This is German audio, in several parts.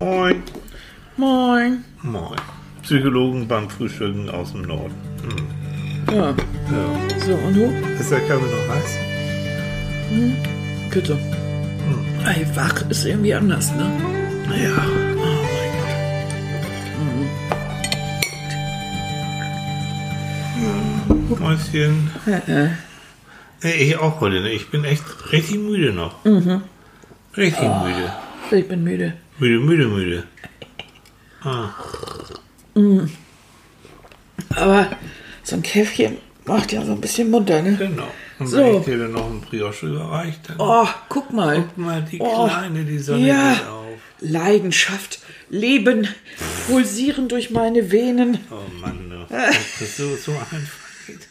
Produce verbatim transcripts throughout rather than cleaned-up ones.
Moin. Moin. Moin. Psychologen beim Frühstücken aus dem Norden. Hm. Ja. Ja. So, und du? Ist der Kaffee noch heiß? Hm. Bitte. Hm. Ey, wach ist irgendwie anders, ne? Ja. Oh mein Gott. Hm. Mäuschen. Äh, Hey, ich auch heute, ne? Ich bin echt richtig müde noch. Mhm. Richtig Oh. müde. Ich bin müde. Müde, müde, müde. Ah. Aber so ein Käffchen macht ja so ein bisschen munter, ne? Genau. Und So. wenn ich dir dann noch einen Brioche überreicht, dann Oh, guck mal. guck mal, die Oh. Kleine, die Sonne Ja. geht auf. Leidenschaft, Leben, pulsieren durch meine Venen. Oh Mann, du. Das ist so, so einfach geht.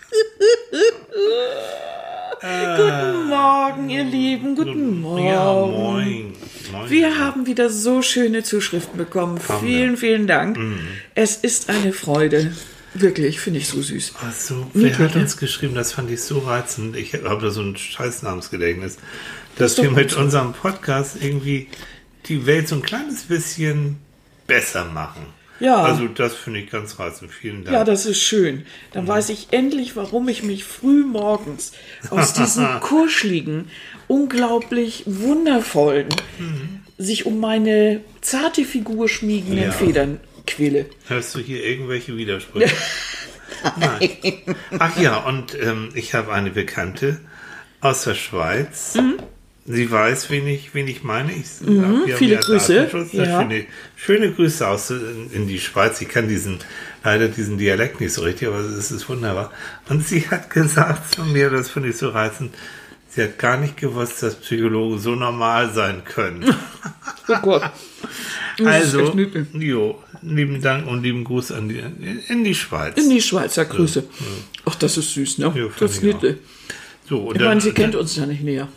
Guten Morgen, ihr Lieben. Guten Morgen. Ja, moin. moin. Wir haben wieder so schöne Zuschriften bekommen. Haben vielen, wir. vielen Dank. Mhm. Es ist eine Freude. Wirklich, finde ich so süß. Ach so, Niedlich, wer hat ne? uns geschrieben, das fand ich so reizend. Ich habe da so ein scheiß Namensgedächtnis, dass ist doch wir mit gut. unserem Podcast irgendwie die Welt so ein kleines bisschen besser machen. Ja. Also das finde ich ganz reizend. Vielen Dank. Ja, das ist schön. Dann weiß ich endlich, warum ich mich früh morgens aus diesen kuscheligen, unglaublich wundervollen, sich um meine zarte Figur schmiegenden Ja. Federn quäle. Hörst du hier irgendwelche Widersprüche? Nein. Ach ja, und ähm, ich habe eine Bekannte aus der Schweiz. Mhm. Sie weiß, wen ich, wen ich meine. Ich, Mhm, wir haben viele ja Grüße. Datenschutz. Ja. Schöne, schöne Grüße aus in, in die Schweiz. Ich kann diesen leider diesen Dialekt nicht so richtig, aber es ist wunderbar. Und sie hat gesagt zu mir, das finde ich so reizend, sie hat gar nicht gewusst, dass Psychologen so normal sein können. Oh Gott. Das ist Also, echt niedlich. jo, lieben Dank und lieben Gruß an die, in die Schweiz. In die Schweizer Grüße. Ach, das ist süß, ne? Ja, fand das ist ich auch. niedlich. So, und Ich dann, meine, sie kennt uns ja nicht näher.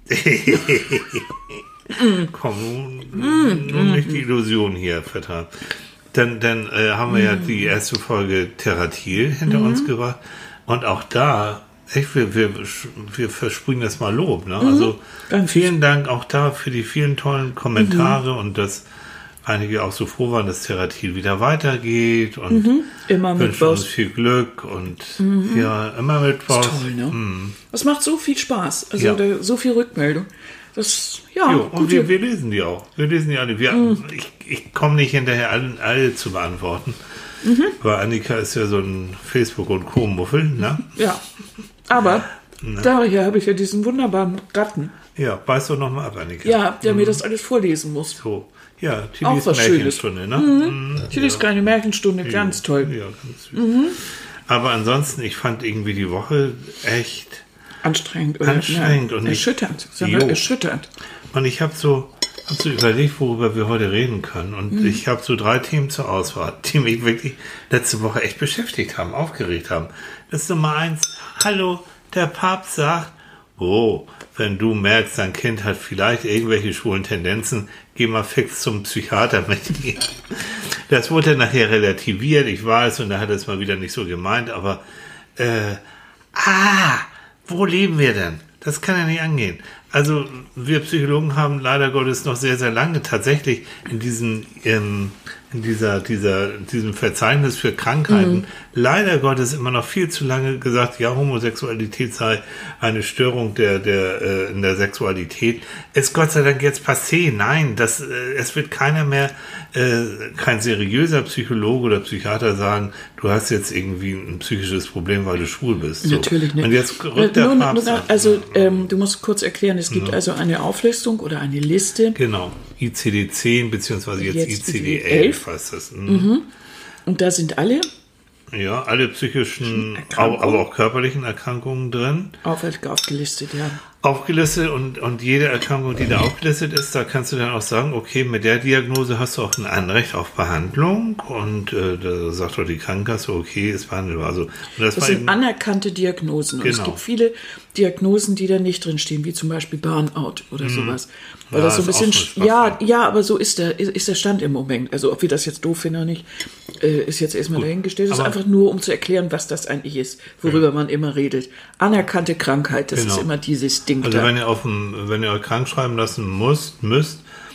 Komm, nun, nun nicht die Illusion hier vertragen. Dann, dann äh, haben wir ja die erste Folge Theratil hinter uns gebracht. Und auch da, echt, wir, wir, wir versprühen das mal Lob. Ne? Also Ganz vielen Dank auch da für die vielen tollen Kommentare und dass einige auch so froh waren, dass Theratil wieder weitergeht und Immer mit wünschen uns Boss. viel Glück und ja, immer mit Boss. Toll, ne? Das macht so viel Spaß. Also Ja. da, so viel Rückmeldung. Das, ja, Jo, und gut. wir, wir lesen die auch. Wir lesen die alle. Wir, Ich, ich komme nicht hinterher, alle, alle zu beantworten. Weil Annika ist ja so ein Facebook- und Co-Muffel, ne? Ja. Aber daher habe ich ja diesen wunderbaren Ratten. Ja, beiß doch nochmal ab, Annika. Ja, der mir das alles vorlesen muss. So. Ja, Auch Tilly's was Märchenstunde, ne? Mhm. Tilly's kleine Märchenstunde, ganz toll. Ja, ganz süß. Aber ansonsten, ich fand irgendwie die Woche echt Anstrengend. Oder, Anstrengend ja, und nicht- erschütternd. Sagen Jo. wir, erschütternd. Und ich habe so, hab so überlegt, worüber wir heute reden können. Und Mhm. ich habe so drei Themen zur Auswahl, die mich wirklich letzte Woche echt beschäftigt haben, aufgeregt haben. Das ist Nummer eins. Hallo, der Papst sagt, oh, wenn du merkst, dein Kind hat vielleicht irgendwelche schwulen Tendenzen, geh mal fix zum Psychiater mit ihm. Das wurde dann nachher relativiert, ich weiß, und er hat es mal wieder nicht so gemeint, aber äh, ah, wo leben wir denn? Das kann ja nicht angehen. Also wir Psychologen haben leider Gottes noch sehr, sehr lange tatsächlich in diesem, ähm, in dieser, dieser, diesem Verzeichnis für Krankheiten leider Gottes immer noch viel zu lange gesagt, ja, Homosexualität sei eine Störung der, der, äh, in der Sexualität. Ist Gott sei Dank jetzt passé. Nein, das, äh, es wird keiner mehr, äh, kein seriöser Psychologe oder Psychiater sagen, du hast jetzt irgendwie ein psychisches Problem, weil du schwul bist. So. Natürlich nicht. Und jetzt Äh, rückt der nur, nur, Papst noch- an. also ähm, du musst kurz erklären, es gibt also eine Auflistung oder eine Liste. Genau, I C D zehn beziehungsweise jetzt, Jetzt I C D I C D elf heißt das. Mhm. Und da sind alle Ja, alle psychischen, Erkrankungen. aber auch körperlichen Erkrankungen drin. auf, aufgelistet, ja. Aufgelistet und, und jede Erkrankung, die da aufgelistet ist, da kannst du dann auch sagen, okay, mit der Diagnose hast du auch ein Anrecht auf Behandlung und äh, da sagt doch die Krankenkasse, okay, ist behandelbar. Also, und das, Das war sind eben, anerkannte Diagnosen. Und es Genau. gibt viele Diagnosen, die da nicht drinstehen, wie zum Beispiel Burnout oder sowas. Weil Ja, das so ein ist auch bisschen, so ein ja, Schwachsinn. ja, aber so ist der, ist der Stand im Moment. Also ob wir das jetzt doof finden oder nicht, äh, ist jetzt erstmal dahingestellt. Das ist aber- einfach nur, um zu erklären, was das eigentlich ist, worüber man immer redet. Anerkannte Krankheit, das Genau. ist immer dieses Ding also da. wenn ihr auf dem, wenn ihr euch krank schreiben lassen müsst, müsst,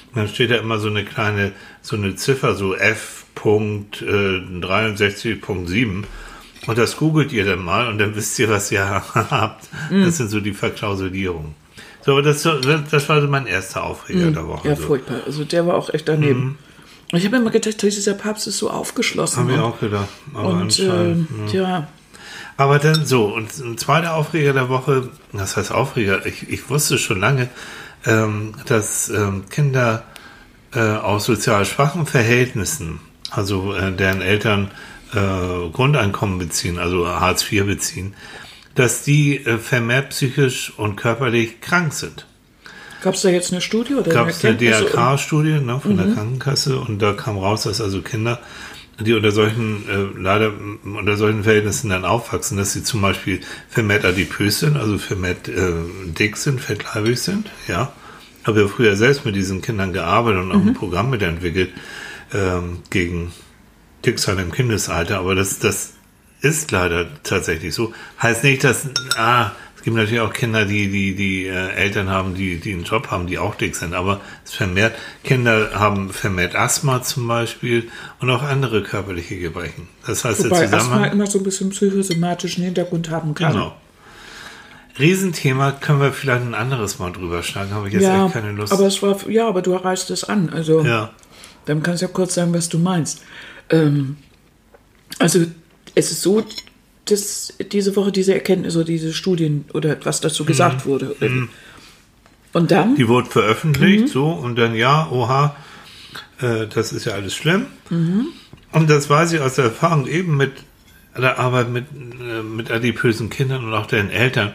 dann steht da immer so eine kleine, so eine Ziffer, so F Punkt dreiundsechzig Punkt sieben. Und das googelt ihr dann mal und dann wisst ihr, was ihr habt. Mm. Das sind so die Verklausulierungen. So, aber das, das war so mein erster Aufreger mm. der Woche. Ja, so. furchtbar. Also der war auch echt daneben. Mm. Ich habe immer gedacht, dieser Papst ist so aufgeschlossen. Haben wir auch gedacht. Aber und äh, ja. ja. Aber dann so, und ein zweiter Aufreger der Woche, das heißt Aufreger, ich, ich wusste schon lange, ähm, dass ähm, Kinder äh, aus sozial schwachen Verhältnissen, also äh, deren Eltern äh, Grundeinkommen beziehen, also Hartz vier beziehen, dass die äh, vermehrt psychisch und körperlich krank sind. Gab es da jetzt eine Studie? Oder gab es eine D R K-Studie ne, von mhm. der Krankenkasse und da kam raus, dass also Kinder, die unter solchen, äh, leider unter solchen Verhältnissen dann aufwachsen, dass sie zum Beispiel vermehrt adipös sind, also vermehrt äh, dick sind, fettleibig sind, ja. Habe ja früher selbst mit diesen Kindern gearbeitet und auch mhm. ein Programm mitentwickelt ähm, gegen Dicksein im Kindesalter, aber das, das ist leider tatsächlich so. Heißt nicht, dass, ah, es gibt natürlich auch Kinder, die, die, die äh, Eltern haben, die, die einen Job haben, die auch dick sind, aber es vermehrt, Kinder haben vermehrt Asthma zum Beispiel und auch andere körperliche Gebrechen. Das heißt, Wobei der Zusammenhang, Asthma immer so ein bisschen psychosomatischen Hintergrund haben kann. Genau. Riesenthema, können wir vielleicht ein anderes Mal drüber schlagen, habe ich jetzt ja, echt keine Lust. Aber es war, ja, aber du reißt es an, also ja. Dann kannst du ja kurz sagen, was du meinst. Ähm, also es ist so, dass diese Woche diese Erkenntnis oder diese Studien oder was dazu gesagt mhm. wurde. Mhm. Und dann? Die wurde veröffentlicht, mhm. so, und dann, ja, oha, äh, das ist ja alles schlimm. Mhm. Und das weiß ich aus der Erfahrung eben mit der Arbeit mit, äh, mit adipösen Kindern und auch deren Eltern.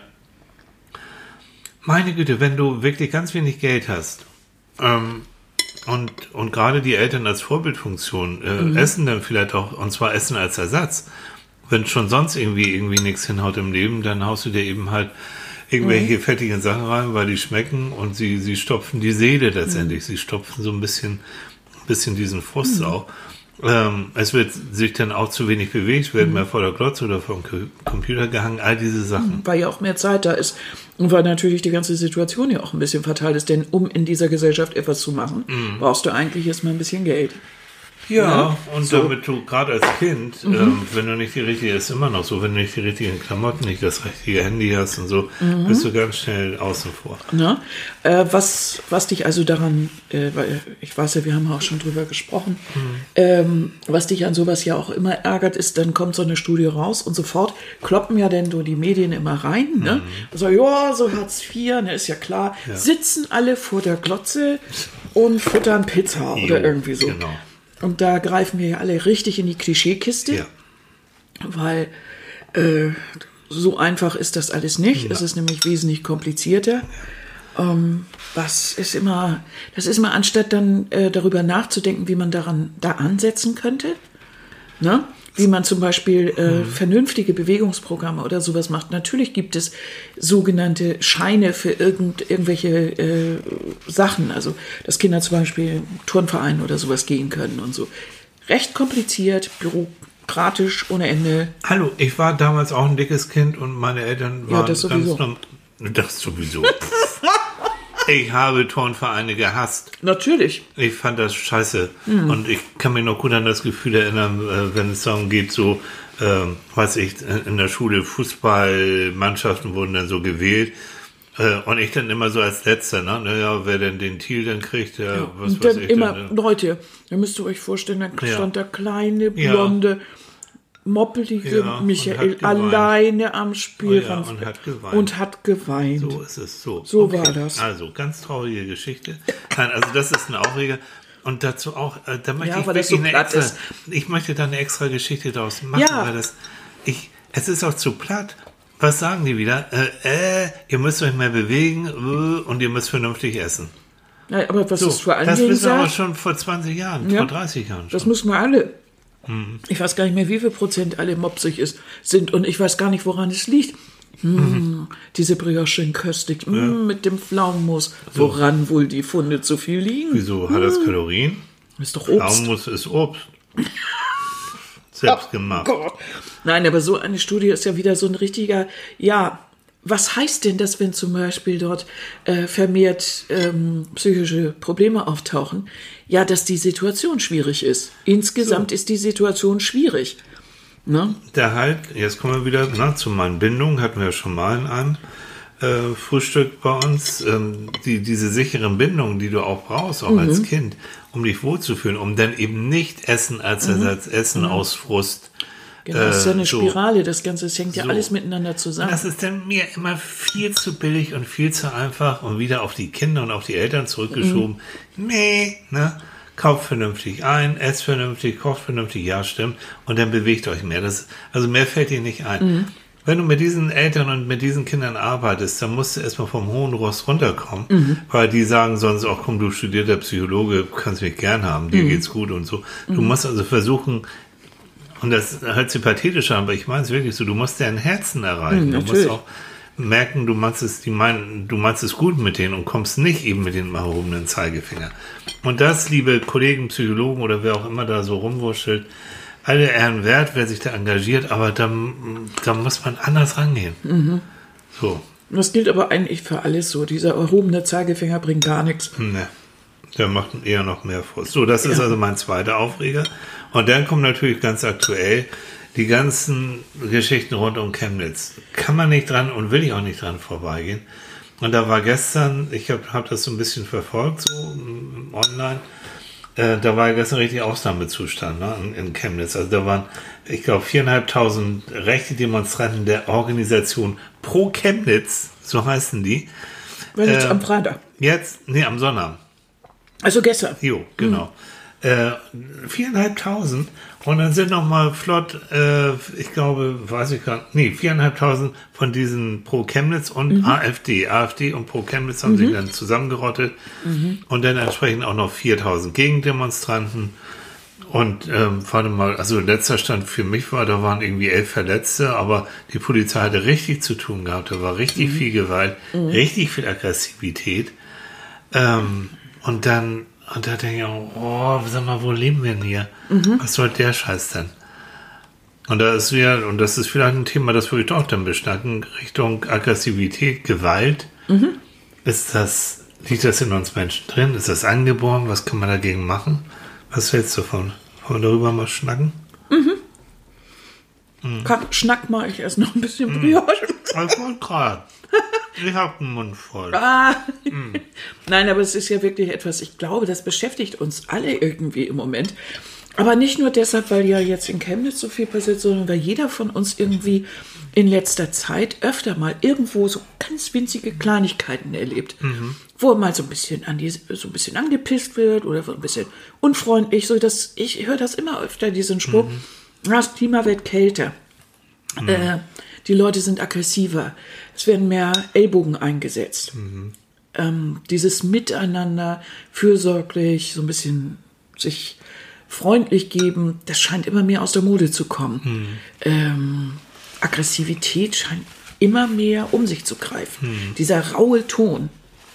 Meine Güte, wenn du wirklich ganz wenig Geld hast, ähm, und, und gerade die Eltern als Vorbildfunktion äh, mhm. essen dann vielleicht auch, und zwar Essen als Ersatz. Wenn schon sonst irgendwie irgendwie nichts hinhaut im Leben, dann haust du dir eben halt irgendwelche mhm. fettigen Sachen rein, weil die schmecken und sie, sie stopfen die Seele letztendlich. Mhm. Sie stopfen so ein bisschen, ein bisschen diesen Frust mhm. auch. Ähm, es wird sich dann auch zu wenig bewegt, wird mhm. mehr vor der Glotze oder vor dem Computer gehangen, all diese Sachen. Weil ja auch mehr Zeit da ist und weil natürlich die ganze Situation ja auch ein bisschen verteilt ist, denn um in dieser Gesellschaft etwas zu machen, mhm. brauchst du eigentlich erstmal ein bisschen Geld. Ja, ja, und so. Damit du gerade als Kind, mhm. ähm, wenn du nicht die richtige, ist immer noch so, wenn du nicht die richtigen Klamotten, nicht das richtige Handy hast und so, mhm. bist du ganz schnell außen vor. Na, äh, was, was dich also daran, äh, weil ich weiß ja, wir haben auch schon drüber gesprochen, mhm. ähm, was dich an sowas ja auch immer ärgert, ist, dann kommt so eine Studie raus und sofort kloppen ja denn so die Medien immer rein, ne? Mhm. Also, ja, so Hartz vier, ne, ist ja klar, ja. sitzen alle vor der Glotze und futtern Pizza jo, oder irgendwie so. Genau. Und da greifen wir ja alle richtig in die Klischeekiste, ja. weil äh, so einfach ist das alles nicht. Ja. Es ist nämlich wesentlich komplizierter. Ja. Ähm, was ist immer, das ist immer, anstatt dann äh, darüber nachzudenken, wie man daran da ansetzen könnte, ne? Wie man zum Beispiel äh, mhm. vernünftige Bewegungsprogramme oder sowas macht. Natürlich gibt es sogenannte Scheine für irgend, irgendwelche äh, Sachen, also dass Kinder zum Beispiel Turnverein oder sowas gehen können und so. Recht kompliziert, bürokratisch ohne Ende. Hallo, ich war damals auch ein dickes Kind und meine Eltern waren ja, das sowieso. ganz normal. Das sowieso. Ich habe Turnvereine gehasst. Natürlich. Ich fand das scheiße. Mhm. Und ich kann mich noch gut an das Gefühl erinnern, wenn es darum geht, so, äh, weiß ich, in der Schule Fußballmannschaften wurden dann so gewählt. Äh, und ich dann immer so als Letzter, ne? Naja, wer denn den Thiel dann kriegt, ja, ja. was und weiß dann ich. Immer, denn, ne? Leute, da müsst ihr euch vorstellen, da stand ja. der kleine, blonde, ja. moppelige ja, Michael alleine am Spielrand oh ja, und hat geweint. Und hat geweint. So ist es, so. So okay. war das. Also, ganz traurige Geschichte. Nein, also das ist ein Aufreger. Und dazu auch, äh, da möchte ja, ich weil wirklich das so eine platt extra, ist. ich möchte da eine extra Geschichte daraus machen, ja. weil das, ich, es ist auch zu platt. Was sagen die wieder? Äh, äh ihr müsst euch mehr bewegen äh, und ihr müsst vernünftig essen. Ja, aber was so, ist vor allen Das Dingen wissen wir aber sagt, schon vor zwanzig Jahren, ja, vor dreißig Jahren schon. Das müssen wir alle. Hm. Ich weiß gar nicht mehr, wie viel Prozent alle mopsig ist, sind und ich weiß gar nicht, woran es liegt. Hm, mhm. Diese Brioche in köstlich, ja. mm, mit dem Pflaumenmus. So. Woran wohl die Funde zu viel liegen? Wieso hat das Kalorien? Ist doch Obst. Pflaumenmus ist Obst. Selbst gemacht. Oh Gott. Nein, aber so eine Studie ist ja wieder so ein richtiger, ja, was heißt denn das, wenn zum Beispiel dort äh, vermehrt ähm, psychische Probleme auftauchen? Ja, dass die Situation schwierig ist. Insgesamt so. Ist die Situation schwierig. Ne? Der Halt, jetzt kommen wir wieder na, zu meinen Bindungen, hatten wir ja schon mal in einem äh, Frühstück bei uns. Ähm, die, diese sicheren Bindungen, die du auch brauchst, auch mhm. als Kind, um dich wohlzufühlen, um dann eben nicht Essen als Ersatz, mhm. Essen mhm. aus Frust. Genau, das ist ja eine Spirale, das Ganze, es hängt ja so. alles miteinander zusammen. Das ist dann mir immer viel zu billig und viel zu einfach und wieder auf die Kinder und auf die Eltern zurückgeschoben. Mhm. Nee, ne? Kauft vernünftig ein, esst vernünftig, kocht vernünftig, ja, stimmt. Und dann bewegt euch mehr. Das, also mehr fällt dir nicht ein. Mhm. Wenn du mit diesen Eltern und mit diesen Kindern arbeitest, dann musst du erstmal vom hohen Ross runterkommen, mhm. weil die sagen sonst auch, komm, du studierter Psychologe, kannst mich gern haben, dir mhm. geht's gut und so. Du mhm. musst also versuchen, und das hört sich pathetisch an, aber ich meine es wirklich so, du musst deren Herzen erreichen. Mhm, du musst auch merken, du meinst es, die meinen, du meinst es gut mit denen und kommst nicht eben mit dem erhobenen Zeigefinger. Und das, liebe Kollegen, Psychologen oder wer auch immer da so rumwurschtelt, alle Ehren wert, wer sich da engagiert, aber da, da muss man anders rangehen. Mhm. So. Das gilt aber eigentlich für alles so. Dieser erhobene Zeigefinger bringt gar nichts. Ne, der macht eher noch mehr Frust. So, das ist ja. also mein zweiter Aufreger. Und dann kommt natürlich ganz aktuell die ganzen Geschichten rund um Chemnitz. Kann man nicht dran und will ich auch nicht dran vorbeigehen. Und da war gestern, ich habe hab das so ein bisschen verfolgt, so online, äh, da war gestern richtig Ausnahmezustand, ne, in, in Chemnitz. Also da waren, ich glaube, viertausendfünfhundert rechte Demonstranten der Organisation Pro Chemnitz, so heißen die. War jetzt äh, am Freitag? Jetzt, nee, am Sonnabend. Also gestern? Jo, genau. Mhm. Äh, viertausendfünfhundert und dann sind noch mal flott, äh, ich glaube, weiß ich gar nicht, nee, viertausendfünfhundert von diesen Pro Chemnitz und mhm. AfD. AfD und Pro Chemnitz haben mhm. sich dann zusammengerottet mhm. und dann entsprechend auch noch viertausend Gegendemonstranten. Und ähm, warte mal, also letzter Stand für mich war, da waren irgendwie elf Verletzte, aber die Polizei hatte richtig zu tun gehabt, da war richtig mhm. viel Gewalt, mhm. richtig viel Aggressivität. Ähm, und dann Und da denke ich auch, oh, sag mal, wo leben wir denn hier? Mhm. Was soll der Scheiß denn? Und da ist wieder, und das ist vielleicht ein Thema, das würde ich doch dann beschnacken, Richtung Aggressivität, Gewalt. Mhm. Ist das, liegt das in uns Menschen drin? Ist das angeboren? Was kann man dagegen machen? Was hältst du davon? Wollen wir darüber mal schnacken? Mhm. mhm. Kann, schnack mal, ich esse noch ein bisschen Brioche. Mhm. Ich wollte gerade. Ich hab den Mund voll. Ah. Mm. Nein, aber es ist ja wirklich etwas, ich glaube, das beschäftigt uns alle irgendwie im Moment. Aber nicht nur deshalb, weil ja jetzt in Chemnitz so viel passiert, sondern weil jeder von uns irgendwie in letzter Zeit öfter mal irgendwo so ganz winzige Kleinigkeiten erlebt, mhm. wo mal so ein bisschen an die, so ein bisschen angepisst wird oder so ein bisschen unfreundlich. So dass ich höre das immer öfter, diesen Spruch, mhm. das Klima wird kälter. Mhm. Äh, Die Leute sind aggressiver. Es werden mehr Ellbogen eingesetzt. Mhm. Ähm, dieses Miteinander, fürsorglich, so ein bisschen sich freundlich geben, das scheint immer mehr aus der Mode zu kommen. Mhm. Ähm, Aggressivität scheint immer mehr um sich zu greifen. Mhm. Dieser raue Ton.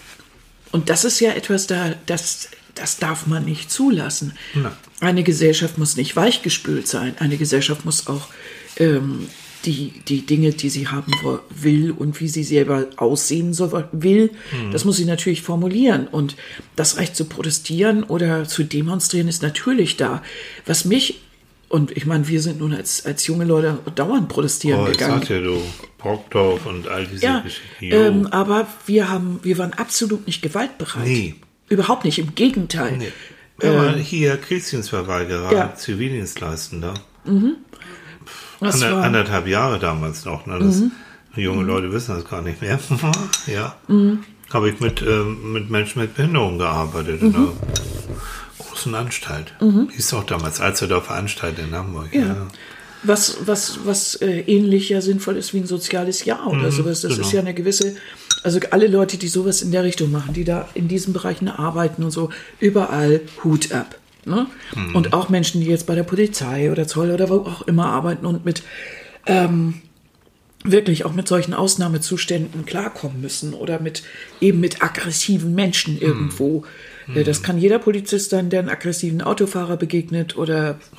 Und das ist ja etwas, da, das, das darf man nicht zulassen. Na. Eine Gesellschaft muss nicht weichgespült sein. Eine Gesellschaft muss auch ähm, Die, die Dinge, die sie haben will und wie sie selber aussehen soll, will, mhm. das muss sie natürlich formulieren. Und das Recht zu protestieren oder zu demonstrieren ist natürlich da. Was mich, und ich meine, wir sind nun als, als junge Leute dauernd protestieren oh, gegangen. Ich sag ja, du, Brockdorf und all diese ja, Geschichten. Ähm, aber wir haben, wir waren absolut nicht gewaltbereit. Nee. Überhaupt nicht, im Gegenteil. Nee. Ja, ähm, hier Kriegsdienstverweigerer, ja. Zivildienstleistender. Mhm. Ander, anderthalb Jahre damals noch. Ne? Das, mhm. Junge mhm. Leute wissen das gar nicht mehr. ja. Mhm. Habe ich mit, ähm, mit Menschen mit Behinderung gearbeitet. Mhm. In einer großen Anstalt. Mhm. Hieß auch damals, Alsterdorfer Anstalt in Hamburg. Ja. ja. Was, was, was äh, ähnlich ja sinnvoll ist wie ein soziales Jahr oder mhm, sowas. Das genau. ist ja eine gewisse, also alle Leute, die sowas in der Richtung machen, die da in diesen Bereichen arbeiten und so, überall Hut ab. Ne? Mhm. Und auch Menschen, die jetzt bei der Polizei oder Zoll oder wo auch immer arbeiten und mit ähm, wirklich auch mit solchen Ausnahmezuständen klarkommen müssen oder mit eben mit aggressiven Menschen irgendwo. Mhm. Das kann jeder Polizist sein, der einen aggressiven Autofahrer begegnet oder ja.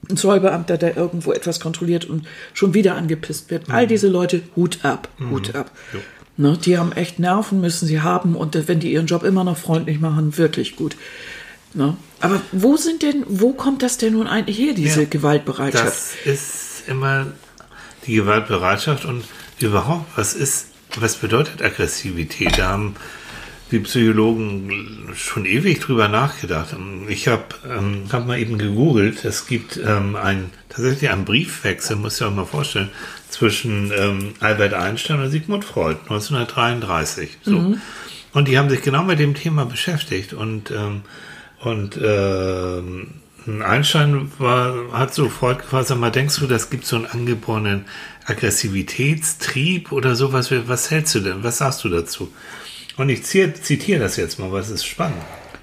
ein Zollbeamter, der irgendwo etwas kontrolliert und schon wieder angepisst wird. Mhm. All diese Leute, Hut ab, mhm. Hut ab. Ja. Ne, die haben echt Nerven, müssen sie haben. Und wenn die ihren Job immer noch freundlich machen, wirklich gut. Ne? Aber wo sind denn, wo kommt das denn nun eigentlich her, diese ja, Gewaltbereitschaft? Das ist immer die Gewaltbereitschaft und überhaupt, was ist, was bedeutet Aggressivität? Da haben die Psychologen schon ewig drüber nachgedacht. Ich habe ähm, hab mal eben gegoogelt, es gibt ähm, ein, tatsächlich einen Briefwechsel, muss ich euch mal vorstellen, zwischen ähm, Albert Einstein und Sigmund Freud, neunzehnhundertdreiunddreißig. So. Mhm. Und die haben sich genau mit dem Thema beschäftigt. Und, ähm, und ähm, Einstein war, hat so Freud gefragt, sag mal, denkst du, das gibt so einen angeborenen Aggressivitätstrieb oder sowas? Was hältst du denn? Was sagst du dazu? Und ich zitiere das jetzt mal, weil es ist spannend.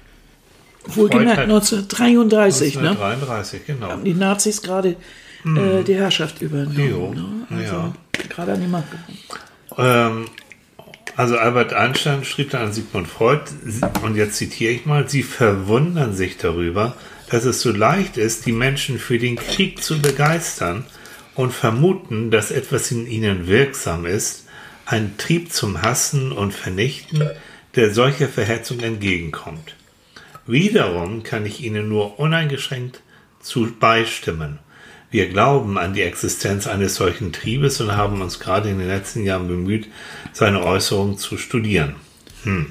Wohlgemerkt neunzehnhundertdreiunddreißig, neunzehnhundertdreiunddreißig, ne? Genau. Haben die Nazis gerade hm. äh, die Herrschaft übernommen. Jo, ne? Also ja. gerade an die Macht gekommen. Ähm, also Albert Einstein schrieb dann an Sigmund Freud, und jetzt zitiere ich mal, sie verwundern sich darüber, dass es so leicht ist, die Menschen für den Krieg zu begeistern und vermuten, dass etwas in ihnen wirksam ist, ein Trieb zum Hassen und Vernichten, der solcher Verhetzung entgegenkommt. Wiederum kann ich Ihnen nur uneingeschränkt zu beistimmen. Wir glauben an die Existenz eines solchen Triebes und haben uns gerade in den letzten Jahren bemüht, seine Äußerungen zu studieren. Hm.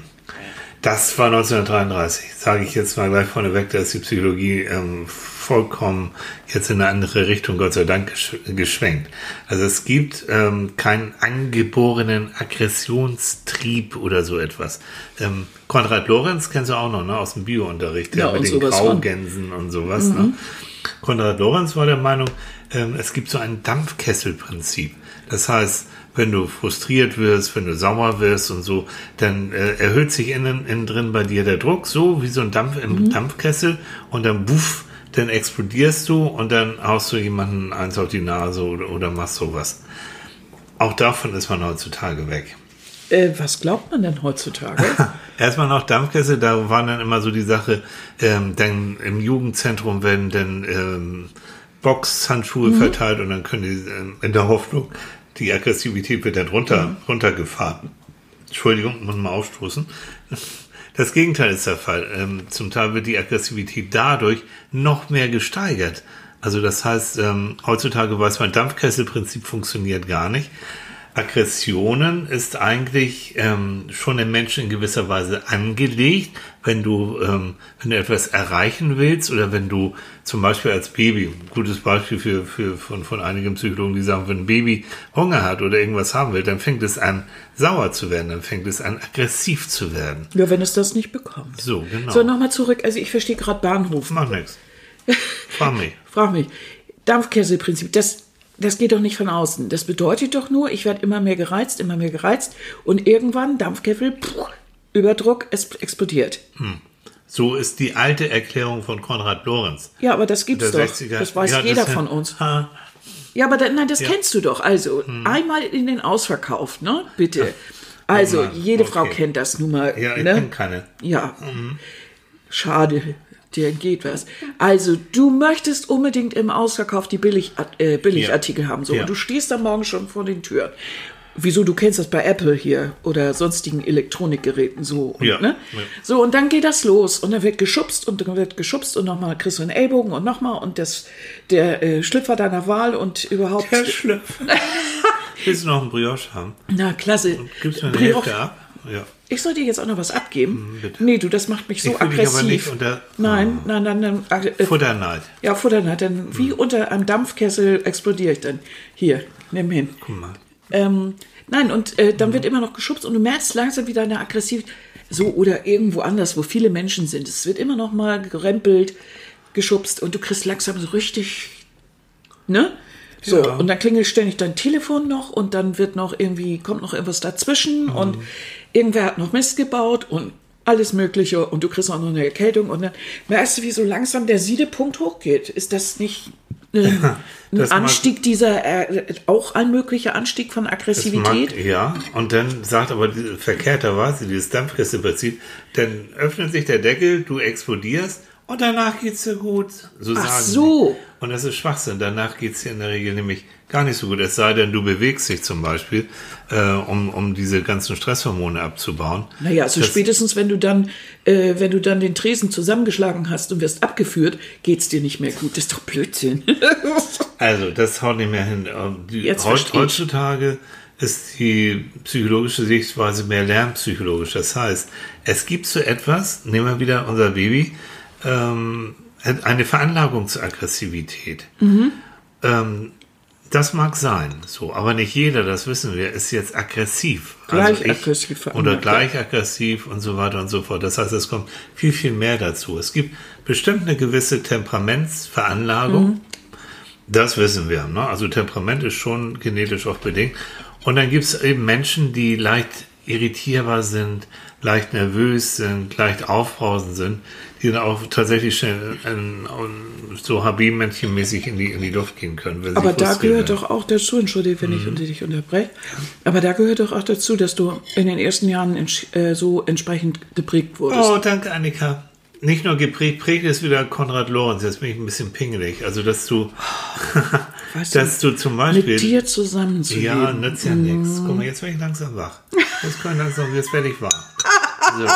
Das war neunzehnhundertdreiunddreißig. Sage ich jetzt mal gleich vorneweg, da ist die Psychologie ähm, vollkommen jetzt in eine andere Richtung, Gott sei Dank, gesch- geschwenkt. Also es gibt ähm, keinen angeborenen Aggressionstrieb oder so etwas. Ähm, Konrad Lorenz kennst du auch noch, ne, aus dem Biounterricht, ja, der mit den Graugänsen und sowas. Mhm. Ne? Konrad Lorenz war der Meinung, ähm, es gibt so ein Dampfkesselprinzip. Das heißt, wenn du frustriert wirst, wenn du sauer wirst und so, dann äh, erhöht sich innen, innen drin bei dir der Druck, so wie so ein Dampf im mhm. Dampfkessel, und dann buff, dann explodierst du und dann haust du jemanden eins auf die Nase oder, oder machst sowas. Auch davon ist man heutzutage weg. Äh, was glaubt man denn heutzutage? Erstmal noch Dampfkessel, da war dann immer so die Sache, ähm, dann im Jugendzentrum werden dann ähm, Boxhandschuhe mhm. verteilt und dann können die ähm, in der Hoffnung, die Aggressivität wird dann runter, mhm. runtergefahren. Entschuldigung, muss mal aufstoßen. Das Gegenteil ist der Fall. Ähm, zum Teil wird die Aggressivität dadurch noch mehr gesteigert. Also das heißt, ähm, heutzutage weiß man, Dampfkesselprinzip funktioniert gar nicht. Aggressionen ist eigentlich ähm, schon im Menschen in gewisser Weise angelegt, wenn du, ähm, wenn du etwas erreichen willst oder wenn du zum Beispiel als Baby, ein gutes Beispiel für, für, von, von einigen Psychologen, die sagen, wenn ein Baby Hunger hat oder irgendwas haben will, dann fängt es an, sauer zu werden, dann fängt es an, aggressiv zu werden. Ja, wenn es das nicht bekommt. So, genau. So, nochmal zurück, also ich verstehe gerade Bahnhof. Mach nix. Frag mich. Frag mich. Dampfkesselprinzip, das Das geht doch nicht von außen. Das bedeutet doch nur, ich werde immer mehr gereizt, immer mehr gereizt und irgendwann, Dampfkessel, puh, Überdruck, es explodiert. Hm. So ist die alte Erklärung von Konrad Lorenz. Ja, aber das gibt's doch. sechziger Das weiß ja, jeder das von uns. Ha. Ja, aber dann, nein, das ja. kennst du doch. Also, hm. einmal in den Ausverkauf, ne? Bitte. Also, oh jede okay. Frau kennt das nun mal. Ja, ich ne? kenne keine. Ja. Mhm. Schade. Dir entgeht was. Also, du möchtest unbedingt im Ausverkauf die Billig, äh, Billigartikel ja. haben. So. Ja. Und du stehst am Morgen schon vor den Türen. Wieso, du kennst das bei Apple hier oder sonstigen Elektronikgeräten so. Und, ja. ne? ja. So, und dann geht das los. Und dann wird geschubst und dann wird geschubst und nochmal kriegst du einen Ellbogen und nochmal und das, der äh, Schlüpfer deiner Wahl und überhaupt. Der Schlüpfer. Willst du noch einen Brioche haben? Na, klasse. Und gibst du eine Brioche. Hälfte ab? Ja. Ich soll dir jetzt auch noch was abgeben? Bitte. Nee, du, das macht mich so ich will aggressiv. Mich aber nicht unter, nein, oh. nein, nein, nein. Äh, Futterneid. Ja, Futterneid. Dann hm. wie unter einem Dampfkessel explodiere ich dann. Hier, nimm hin. Guck mal. Ähm, nein, und äh, dann hm. wird immer noch geschubst und du merkst langsam wieder eine Aggressivität. So, oder irgendwo anders, wo viele Menschen sind. Es wird immer noch mal gerempelt, geschubst und du kriegst langsam so richtig, ne? So, ja. Und dann klingelt ständig dein Telefon noch und dann wird noch irgendwie, kommt noch irgendwas dazwischen mhm. und irgendwer hat noch Mist gebaut und alles Mögliche und du kriegst auch noch eine Erkältung und dann merkst du, wie so langsam der Siedepunkt hochgeht. Ist das nicht äh, ein Anstieg dieser, äh, auch ein möglicher Anstieg von Aggressivität? Mag, ja, und dann sagt aber verkehrterweise dieses Dampfkesselprinzip, dann öffnet sich der Deckel, du explodierst und danach geht's dir gut. So Ach sagen so. die. Und das ist Schwachsinn. Danach geht's dir in der Regel nämlich gar nicht so gut. Es sei denn, du bewegst dich zum Beispiel, äh, um, um diese ganzen Stresshormone abzubauen. Naja, also das, spätestens, wenn du dann, äh, wenn du dann den Tresen zusammengeschlagen hast und wirst abgeführt, geht's dir nicht mehr gut. Das ist doch Blödsinn. Also, das haut nicht mehr hin. Die, Jetzt heut, verstehe ich. heutzutage ist die psychologische Sichtweise mehr lernpsychologisch. Das heißt, es gibt so etwas, nehmen wir wieder unser Baby, ähm, eine Veranlagung zur Aggressivität. Mhm. Ähm, das mag sein, so, aber nicht jeder, das wissen wir, ist jetzt aggressiv. Gleich ich, aggressiv veranlagt. Oder gleich aggressiv und so weiter und so fort. Das heißt, es kommt viel, viel mehr dazu. Es gibt bestimmt eine gewisse Temperamentsveranlagung. Mhm. Das wissen wir. Ne? Also Temperament ist schon genetisch auch bedingt. Und dann gibt es eben Menschen, die leicht irritierbar sind, leicht nervös sind, leicht aufbrausend sind, die dann auch tatsächlich schnell ähm, so Habimännchen-mäßig in die, in die Luft gehen können. Wenn Aber sie da frustriert gehört werden. doch auch dazu, entschuldige, wenn ich dich unterbreche, aber da gehört doch auch dazu, dass du in den ersten Jahren entsch- äh, so entsprechend geprägt wurdest. Oh, danke, Annika. Nicht nur geprägt, prägt ist wieder Konrad Lorenz. Jetzt bin ich ein bisschen pingelig. Also, dass du, Weißt du, dass du zum Beispiel. mit dir zusammenzuleben. Ja, nützt ja nichts. Guck mal, jetzt werde ich langsam wach. Jetzt, kann ich langsam, jetzt werde ich wach. So.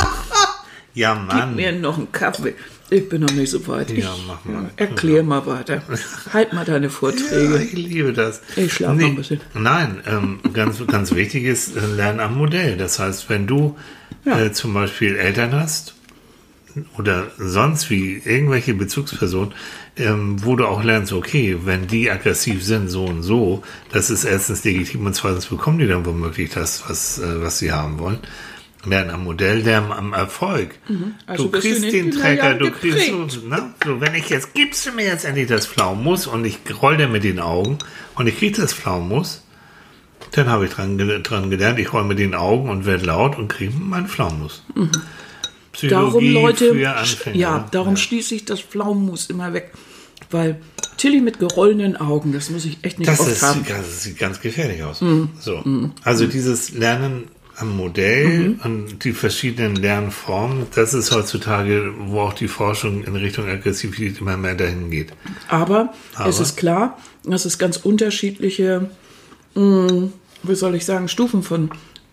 Ja, Mann. Gib mir noch einen Kaffee. Ich bin noch nicht so weit. Ich, Ja, mach mal. Erklär Ja. mal weiter. Halt mal deine Ja, Vorträge. ich liebe das. Ich schlafe noch ein bisschen. Nein, ähm, ganz, ganz wichtig ist, äh, lernen am Modell. Das heißt, wenn du Ja. äh, zum Beispiel Eltern hast oder sonst wie irgendwelche Bezugspersonen, ähm, wo du auch lernst, okay, wenn die aggressiv sind, so und so, das ist erstens legitim und zweitens bekommen die dann womöglich das, was, äh, was sie haben wollen. Lernen am Modell, lernen am Erfolg. Also du bist du kriegst in den den Trecker, Kinderjahren du kriegst so, geprägt. ne? So, wenn ich jetzt, gibst du mir jetzt endlich das Pflaumenmus und ich roll dir mit den Augen und ich krieg das Pflaumenmus, dann habe ich dran, ge- dran gelernt, ich roll mit den Augen und werde laut und kriege meinen Pflaumenmus. Darum, Psychologie Leute, für Anfänger. ja, darum ja. schließe ich das Pflaumenmus immer weg. Weil Tilly mit gerollenen Augen, das muss ich echt nicht Das, oft ist, haben. das sieht ganz gefährlich aus. So. Also dieses Lernen am Modell und die verschiedenen Lernformen, das ist heutzutage, wo auch die Forschung in Richtung Aggressivität immer mehr dahin geht. Aber, Aber? es ist klar, dass es ganz unterschiedliche, mh, wie soll ich sagen, Stufen von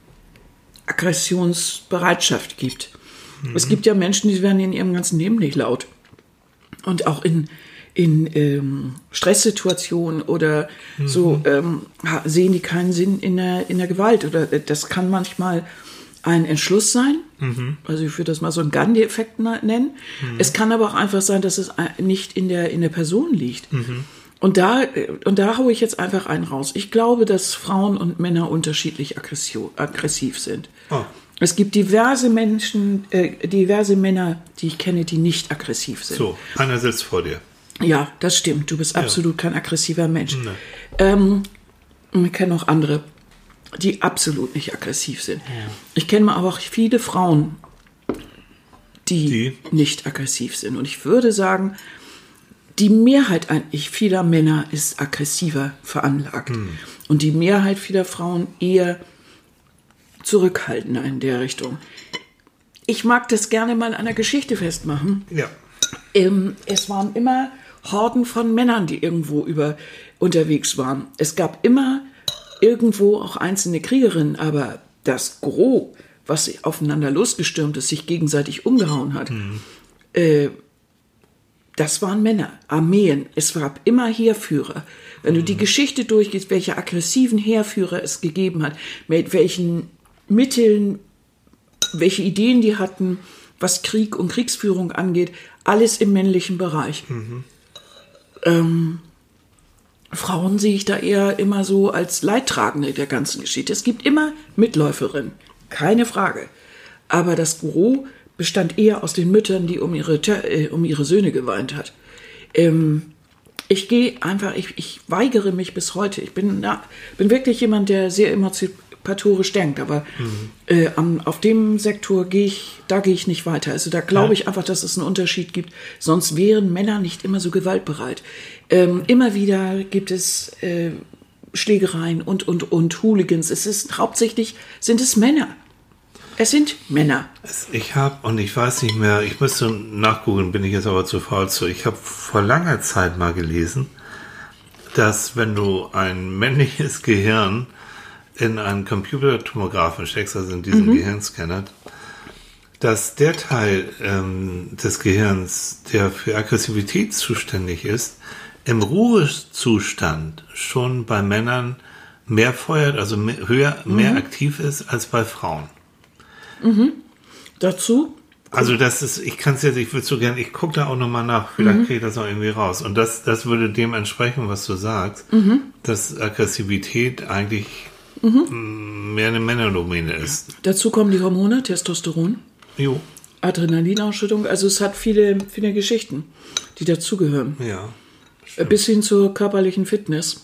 Aggressionsbereitschaft gibt. Mhm. Es gibt ja Menschen, die werden in ihrem ganzen Leben nicht laut. Und auch in, in ähm, Stresssituationen oder Mhm. so ähm, ha- sehen die keinen Sinn in der, in der Gewalt. Oder äh, das kann manchmal ein Entschluss sein. Mhm. Also ich würde das mal so einen Gandhi-Effekt na- nennen. Es kann aber auch einfach sein, dass es äh, nicht in der, in der Person liegt. Mhm. Und da, äh, und da haue ich jetzt einfach einen raus. Ich glaube, dass Frauen und Männer unterschiedlich aggressio- aggressiv sind. Oh. Es gibt diverse Menschen, äh, diverse Männer, die ich kenne, die nicht aggressiv sind. So, einer sitzt vor dir. Ja, das stimmt. Du bist absolut kein aggressiver Mensch. Nee. Ähm, ich kenne auch andere, die absolut nicht aggressiv sind. Ich kenne aber auch viele Frauen, die, Die? nicht aggressiv sind. Und ich würde sagen, die Mehrheit eigentlich vieler Männer ist aggressiver veranlagt. Und die Mehrheit vieler Frauen eher zurückhaltender in der Richtung. Ich mag das gerne mal an einer Geschichte festmachen. Ja. Ähm, es waren immer Horden von Männern, die irgendwo über unterwegs waren. Es gab immer irgendwo auch einzelne Kriegerinnen, aber das Gros, was aufeinander losgestürmt ist, sich gegenseitig umgehauen hat, äh, das waren Männer, Armeen. Es gab immer Heerführer. Wenn du die Geschichte durchgehst, welche aggressiven Heerführer es gegeben hat, mit welchen Mitteln, welche Ideen die hatten, was Krieg und Kriegsführung angeht, alles im männlichen Bereich. Ähm, Frauen sehe ich da eher immer so als Leidtragende der ganzen Geschichte. Es gibt immer Mitläuferinnen, keine Frage. Aber das Gros bestand eher aus den Müttern, die um ihre, Tö- äh, um ihre Söhne geweint hat. Ähm, ich gehe einfach, ich, ich weigere mich bis heute. Ich bin, na, bin wirklich jemand, der sehr emanzipatorisch denkt, aber äh, am, auf dem Sektor gehe ich, da gehe ich nicht weiter. Also da glaube ich einfach, dass es einen Unterschied gibt. Sonst wären Männer nicht immer so gewaltbereit. Ähm, immer wieder gibt es äh, Schlägereien und, und, und Hooligans. Es ist hauptsächlich, sind es Männer. Es sind Männer. Ich habe, und ich weiß nicht mehr, ich müsste nachgucken, bin ich jetzt aber zu faul zu. Ich habe vor langer Zeit mal gelesen, dass wenn du ein männliches Gehirn in einen Computertomographen steckst, also in diesen mhm. Gehirnscanner, dass der Teil ähm, des Gehirns, der für Aggressivität zuständig ist, im Ruhezustand schon bei Männern mehr feuert, also mehr, höher, mhm. mehr aktiv ist als bei Frauen. Mhm. Dazu? Also das ist, ich kann es jetzt, ich würde so gerne, ich gucke da auch nochmal nach, vielleicht mhm. kriege ich das noch irgendwie raus. Und das, das würde dem entsprechen, was du sagst, mhm. dass Aggressivität eigentlich mhm. mehr eine Männerdomäne ist. Dazu kommen die Hormone, Testosteron, jo. Adrenalinausschüttung, also es hat viele, viele Geschichten, die dazugehören. Ja. Stimmt. Bis hin zur körperlichen Fitness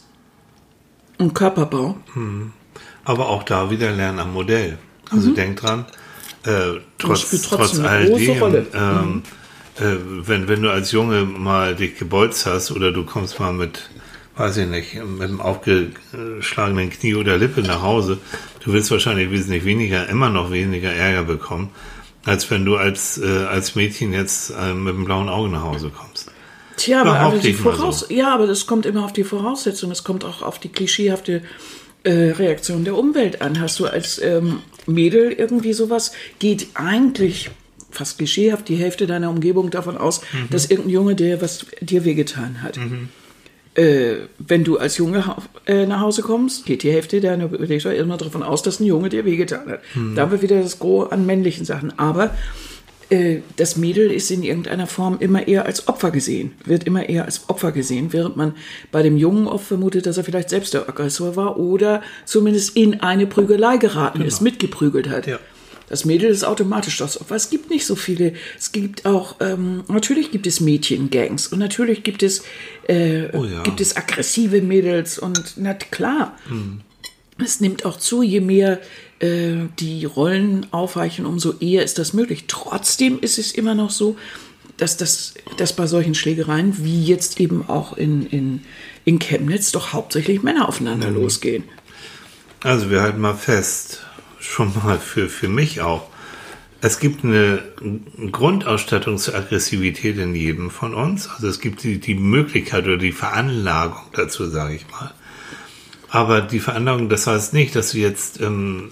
und Körperbau. Hm. Aber auch da wieder lernen am Modell. Also mhm. denk dran, äh, trotz, trotz alledem, ähm, mhm. äh, wenn, wenn du als Junge mal dich gebolzt hast oder du kommst mal mit, weiß ich nicht, mit einem aufgeschlagenen Knie oder Lippe nach Hause, du wirst wahrscheinlich wesentlich weniger, immer noch weniger Ärger bekommen, als wenn du als, äh, als Mädchen jetzt äh, mit einem blauen Auge nach Hause kommst. Tja, aber, aber die Voraus- so. ja, aber das kommt immer auf die Voraussetzung, es kommt auch auf die klischeehafte äh, Reaktion der Umwelt an. Hast du als ähm, Mädel irgendwie sowas, geht eigentlich fast klischeehaft die Hälfte deiner Umgebung davon aus, mhm. dass irgendein Junge dir was dir wehgetan hat. Mhm. Äh, wenn du als Junge äh, nach Hause kommst, geht die Hälfte deiner Überlegung immer davon aus, dass ein Junge dir wehgetan hat. Mhm. Da haben wir wieder das Gros an männlichen Sachen. Aber äh, das Mädel ist in irgendeiner Form immer eher als Opfer gesehen, wird immer eher als Opfer gesehen, während man bei dem Jungen oft vermutet, dass er vielleicht selbst der Aggressor war oder zumindest in eine Prügelei geraten genau. ist, mitgeprügelt hat. Ja. Das Mädel ist automatisch das Opfer. Es gibt nicht so viele. Es gibt auch, ähm, natürlich gibt es Mädchengangs und natürlich gibt es, äh, oh ja. gibt es aggressive Mädels und na klar, hm. es nimmt auch zu, je mehr äh, die Rollen aufweichen, umso eher ist das möglich. Trotzdem ist es immer noch so, dass, das, dass bei solchen Schlägereien, wie jetzt eben auch in, in, in Chemnitz, doch hauptsächlich Männer aufeinander mhm. losgehen. Also wir halten mal fest, schon mal für, für mich auch. Es gibt eine Grundausstattung zur Aggressivität in jedem von uns. Also es gibt die, die Möglichkeit oder die Veranlagung dazu, sage ich mal. Aber die Veranlagung, das heißt nicht, dass du jetzt, ähm,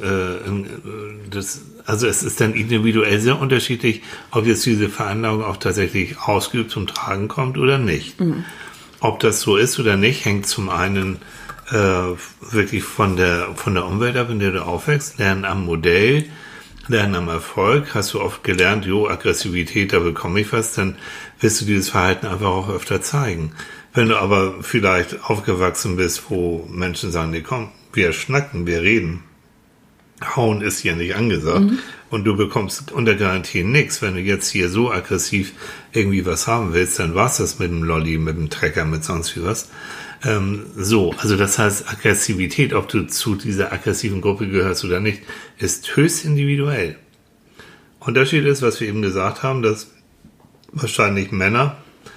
äh, das, also es ist dann individuell sehr unterschiedlich, ob jetzt diese Veranlagung auch tatsächlich ausgeübt zum Tragen kommt oder nicht. Mhm. Ob das so ist oder nicht, hängt zum einen Äh, wirklich von der von der Umwelt ab, in der du aufwächst, lernen am Modell, lernen am Erfolg. Hast du oft gelernt, jo, Aggressivität, da bekomme ich was, dann wirst du dieses Verhalten einfach auch öfter zeigen. Wenn du aber vielleicht aufgewachsen bist, wo Menschen sagen, nee, komm, wir schnacken, wir reden, hauen ist hier nicht angesagt mhm. und du bekommst unter Garantie nichts. Wenn du jetzt hier so aggressiv irgendwie was haben willst, dann war's das mit dem Lolli, mit dem Trecker, mit sonst wie was. Ähm, so, also das heißt, Aggressivität, ob du zu dieser aggressiven Gruppe gehörst oder nicht, ist höchst individuell. Unterschied ist, was wir eben gesagt haben, dass wahrscheinlich Männer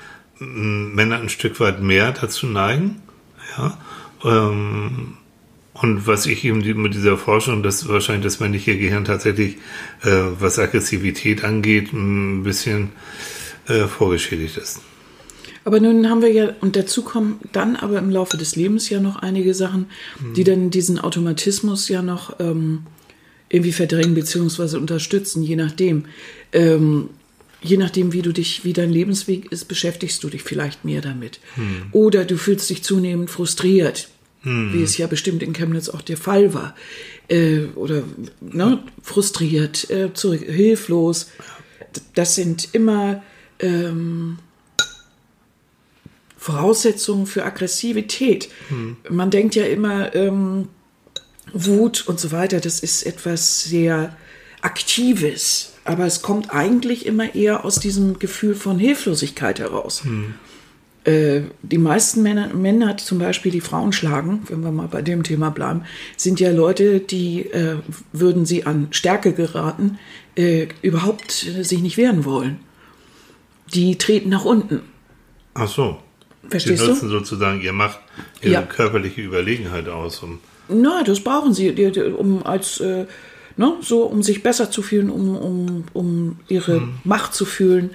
m, Männer ein Stück weit mehr dazu neigen, ja, ähm, und was ich eben mit dieser Forschung, dass wahrscheinlich das männliche Gehirn tatsächlich, äh, was Aggressivität angeht, ein bisschen äh, vorgeschädigt ist. Aber nun haben wir ja, und dazu kommen dann aber im Laufe des Lebens ja noch einige Sachen, die dann diesen Automatismus ja noch ähm, irgendwie verdrängen bzw. unterstützen, je nachdem. Ähm, je nachdem, wie du dich, wie dein Lebensweg ist, beschäftigst du dich vielleicht mehr damit. Hm. Oder du fühlst dich zunehmend frustriert, hm. wie es ja bestimmt in Chemnitz auch der Fall war. Äh, oder ne, frustriert, äh, zurück, hilflos. Das sind immer ähm, Voraussetzungen für Aggressivität. Hm. Man denkt ja immer, ähm, Wut und so weiter, das ist etwas sehr Aktives. Aber es kommt eigentlich immer eher aus diesem Gefühl von Hilflosigkeit heraus. Hm. Äh, die meisten Männer, Männer, zum Beispiel die Frauen schlagen, wenn wir mal bei dem Thema bleiben, sind ja Leute, die, äh, würden sie an Stärke geraten, äh, überhaupt äh, sich nicht wehren wollen. Die treten nach unten. Ach so. Verstehst Sie nutzen du? sozusagen ihre Macht, ihre ja. körperliche Überlegenheit aus. Um Na, das brauchen sie, um als, äh, Ne? So, um sich besser zu fühlen, um, um, um ihre hm. Macht zu fühlen.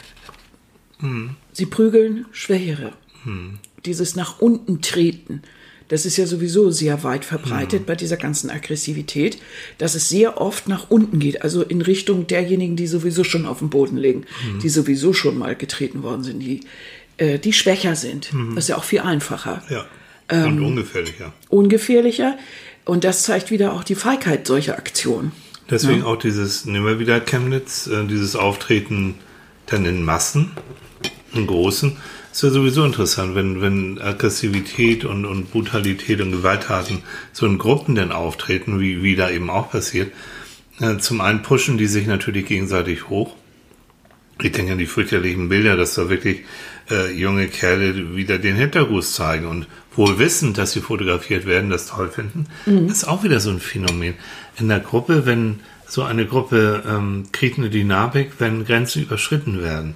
Hm. Sie prügeln Schwächere. Hm. Dieses nach unten treten. Das ist ja sowieso sehr weit verbreitet mhm. bei dieser ganzen Aggressivität, dass es sehr oft nach unten geht, also in Richtung derjenigen, die sowieso schon auf dem Boden liegen, mhm. die sowieso schon mal getreten worden sind, die, äh, die schwächer sind. Mhm. Das ist ja auch viel einfacher. Ja. Und ähm, ungefährlicher. Ungefährlicher. Und das zeigt wieder auch die Feigheit solcher Aktionen. Deswegen ja. auch dieses, nehmen wir wieder Chemnitz, äh, dieses Auftreten dann in Massen, in großen. Ist ja sowieso interessant, wenn, wenn Aggressivität und, und Brutalität und Gewalttaten so in Gruppen dann auftreten, wie, wie da eben auch passiert. Äh, zum einen pushen die sich natürlich gegenseitig hoch. Ich denke an die fürchterlichen Bilder, dass da wirklich äh, junge Kerle wieder den Hinterguss zeigen und wohl wissend, dass sie fotografiert werden, das toll finden. Mhm. Das ist auch wieder so ein Phänomen. In der Gruppe, wenn so eine Gruppe ähm, kriegt eine Dynamik, wenn Grenzen überschritten werden.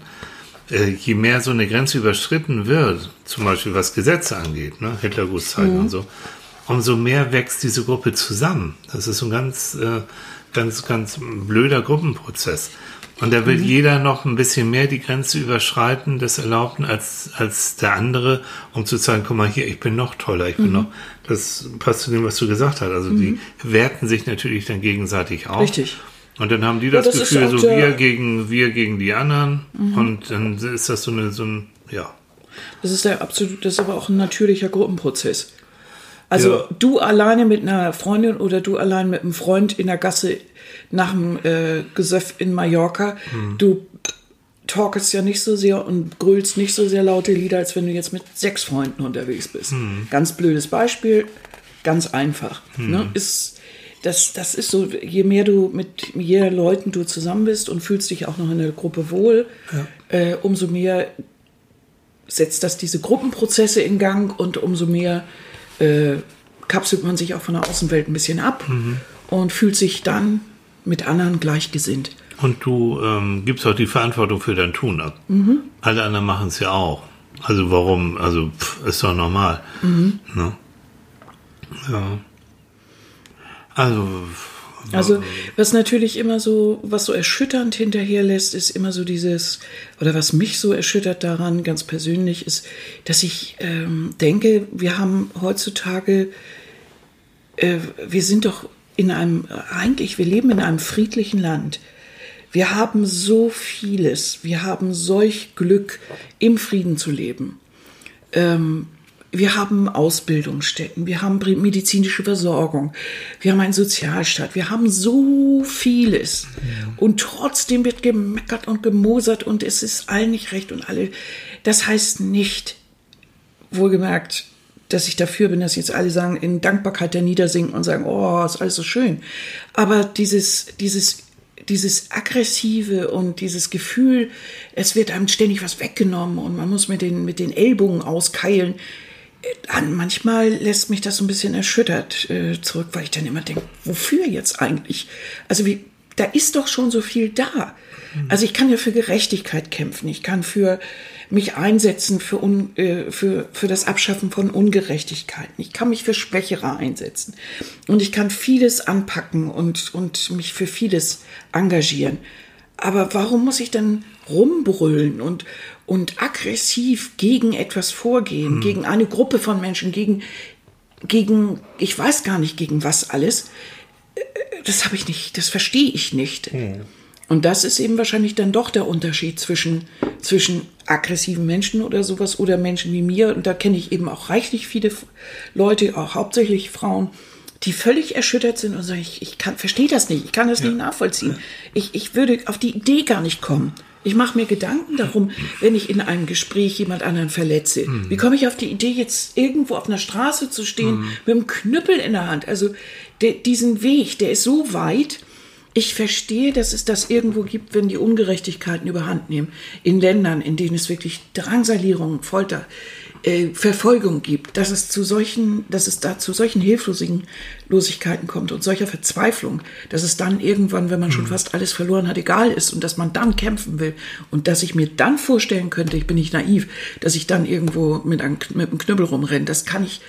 Je mehr so eine Grenze überschritten wird, zum Beispiel was Gesetze angeht, ne, Hitlergruß zeigen mhm. und so, umso mehr wächst diese Gruppe zusammen. Das ist so ein ganz, äh, ganz, ganz blöder Gruppenprozess. Und da will mhm. jeder noch ein bisschen mehr die Grenze überschreiten, des Erlaubten, als, als der andere, um zu sagen, guck mal hier, ich bin noch toller, ich bin mhm. noch, das passt zu dem, was du gesagt hast. Also mhm. die werten sich natürlich dann gegenseitig auf. Richtig. Und dann haben die das, ja, das Gefühl, so wir gegen, wir gegen die anderen. Mhm. Und dann ist das so, eine, so ein, ja. Das ist der absolut, das ist aber auch ein natürlicher Gruppenprozess. Also ja. du alleine mit einer Freundin oder du allein mit einem Freund in der Gasse nach dem äh, Gesöff in Mallorca, mhm. du talkest ja nicht so sehr und grölst nicht so sehr laute Lieder, als wenn du jetzt mit sechs Freunden unterwegs bist. Mhm. Ganz blödes Beispiel, ganz einfach. Mhm. Ne? Ist Das, das ist so, je mehr du mit je Leuten du zusammen bist und fühlst dich auch noch in der Gruppe wohl, ja. äh, umso mehr setzt das diese Gruppenprozesse in Gang und umso mehr äh, kapselt man sich auch von der Außenwelt ein bisschen ab mhm. und fühlt sich dann mit anderen gleichgesinnt. Und du ähm, gibst auch die Verantwortung für dein Tun ab. Mhm. Alle anderen machen es ja auch. Also warum, also pff, ist doch normal. Mhm. Ne? Ja. Also, also, was natürlich immer so, was so erschütternd hinterherlässt, ist immer so dieses, oder was mich so erschüttert daran, ganz persönlich, ist, dass ich ähm, denke, wir haben heutzutage, äh, wir sind doch in einem, eigentlich, wir leben in einem friedlichen Land. Wir haben so vieles, wir haben solch Glück, im Frieden zu leben. Ähm, Wir haben Ausbildungsstätten, wir haben medizinische Versorgung, wir haben einen Sozialstaat, wir haben so vieles. Ja. Und trotzdem wird gemeckert und gemosert und es ist allen nicht recht und alle. Das heißt nicht, wohlgemerkt, dass ich dafür bin, dass jetzt alle sagen, in Dankbarkeit der niedersinken und sagen, oh, ist alles so schön. Aber dieses, dieses, dieses Aggressive und dieses Gefühl, es wird einem ständig was weggenommen und man muss mit den, mit den Ellbogen auskeilen. Manchmal lässt mich das so ein bisschen erschüttert äh, zurück, weil ich dann immer denke, wofür jetzt eigentlich? Also wie, da ist doch schon so viel da. Mhm. Also ich kann ja für Gerechtigkeit kämpfen, ich kann für mich einsetzen für, un, äh, für, für das Abschaffen von Ungerechtigkeiten, ich kann mich für Schwächere einsetzen und ich kann vieles anpacken und, und mich für vieles engagieren. Aber warum muss ich dann rumbrüllen und, und aggressiv gegen etwas vorgehen, hm. gegen eine Gruppe von Menschen, gegen, gegen, ich weiß gar nicht, gegen was alles? Das habe ich nicht, das verstehe ich nicht. Hm. Und das ist eben wahrscheinlich dann doch der Unterschied zwischen, zwischen aggressiven Menschen oder sowas oder Menschen wie mir. Und da kenne ich eben auch reichlich viele Leute, auch hauptsächlich Frauen, die völlig erschüttert sind und sagen, ich, ich kann, verstehe das nicht, ich kann das ja. nicht nachvollziehen. Ja. Ich, ich würde auf die Idee gar nicht kommen. Ich mache mir Gedanken darum, wenn ich in einem Gespräch jemand anderen verletze. Mhm. Wie komme ich auf die Idee, jetzt irgendwo auf einer Straße zu stehen, mhm. mit einem Knüppel in der Hand? Also der, diesen Weg, der ist so weit. Ich verstehe, dass es das irgendwo gibt, wenn die Ungerechtigkeiten überhand nehmen. In Ländern, in denen es wirklich Drangsalierung, Folter, äh, Verfolgung gibt, dass es zu solchen, dass es da zu solchen Hilflosigkeiten kommt und solcher Verzweiflung, dass es dann irgendwann, wenn man schon fast alles verloren hat, egal ist und dass man dann kämpfen will und dass ich mir dann vorstellen könnte, ich bin nicht naiv, dass ich dann irgendwo mit einem, mit einem Knüppel rumrenne. Das kann ich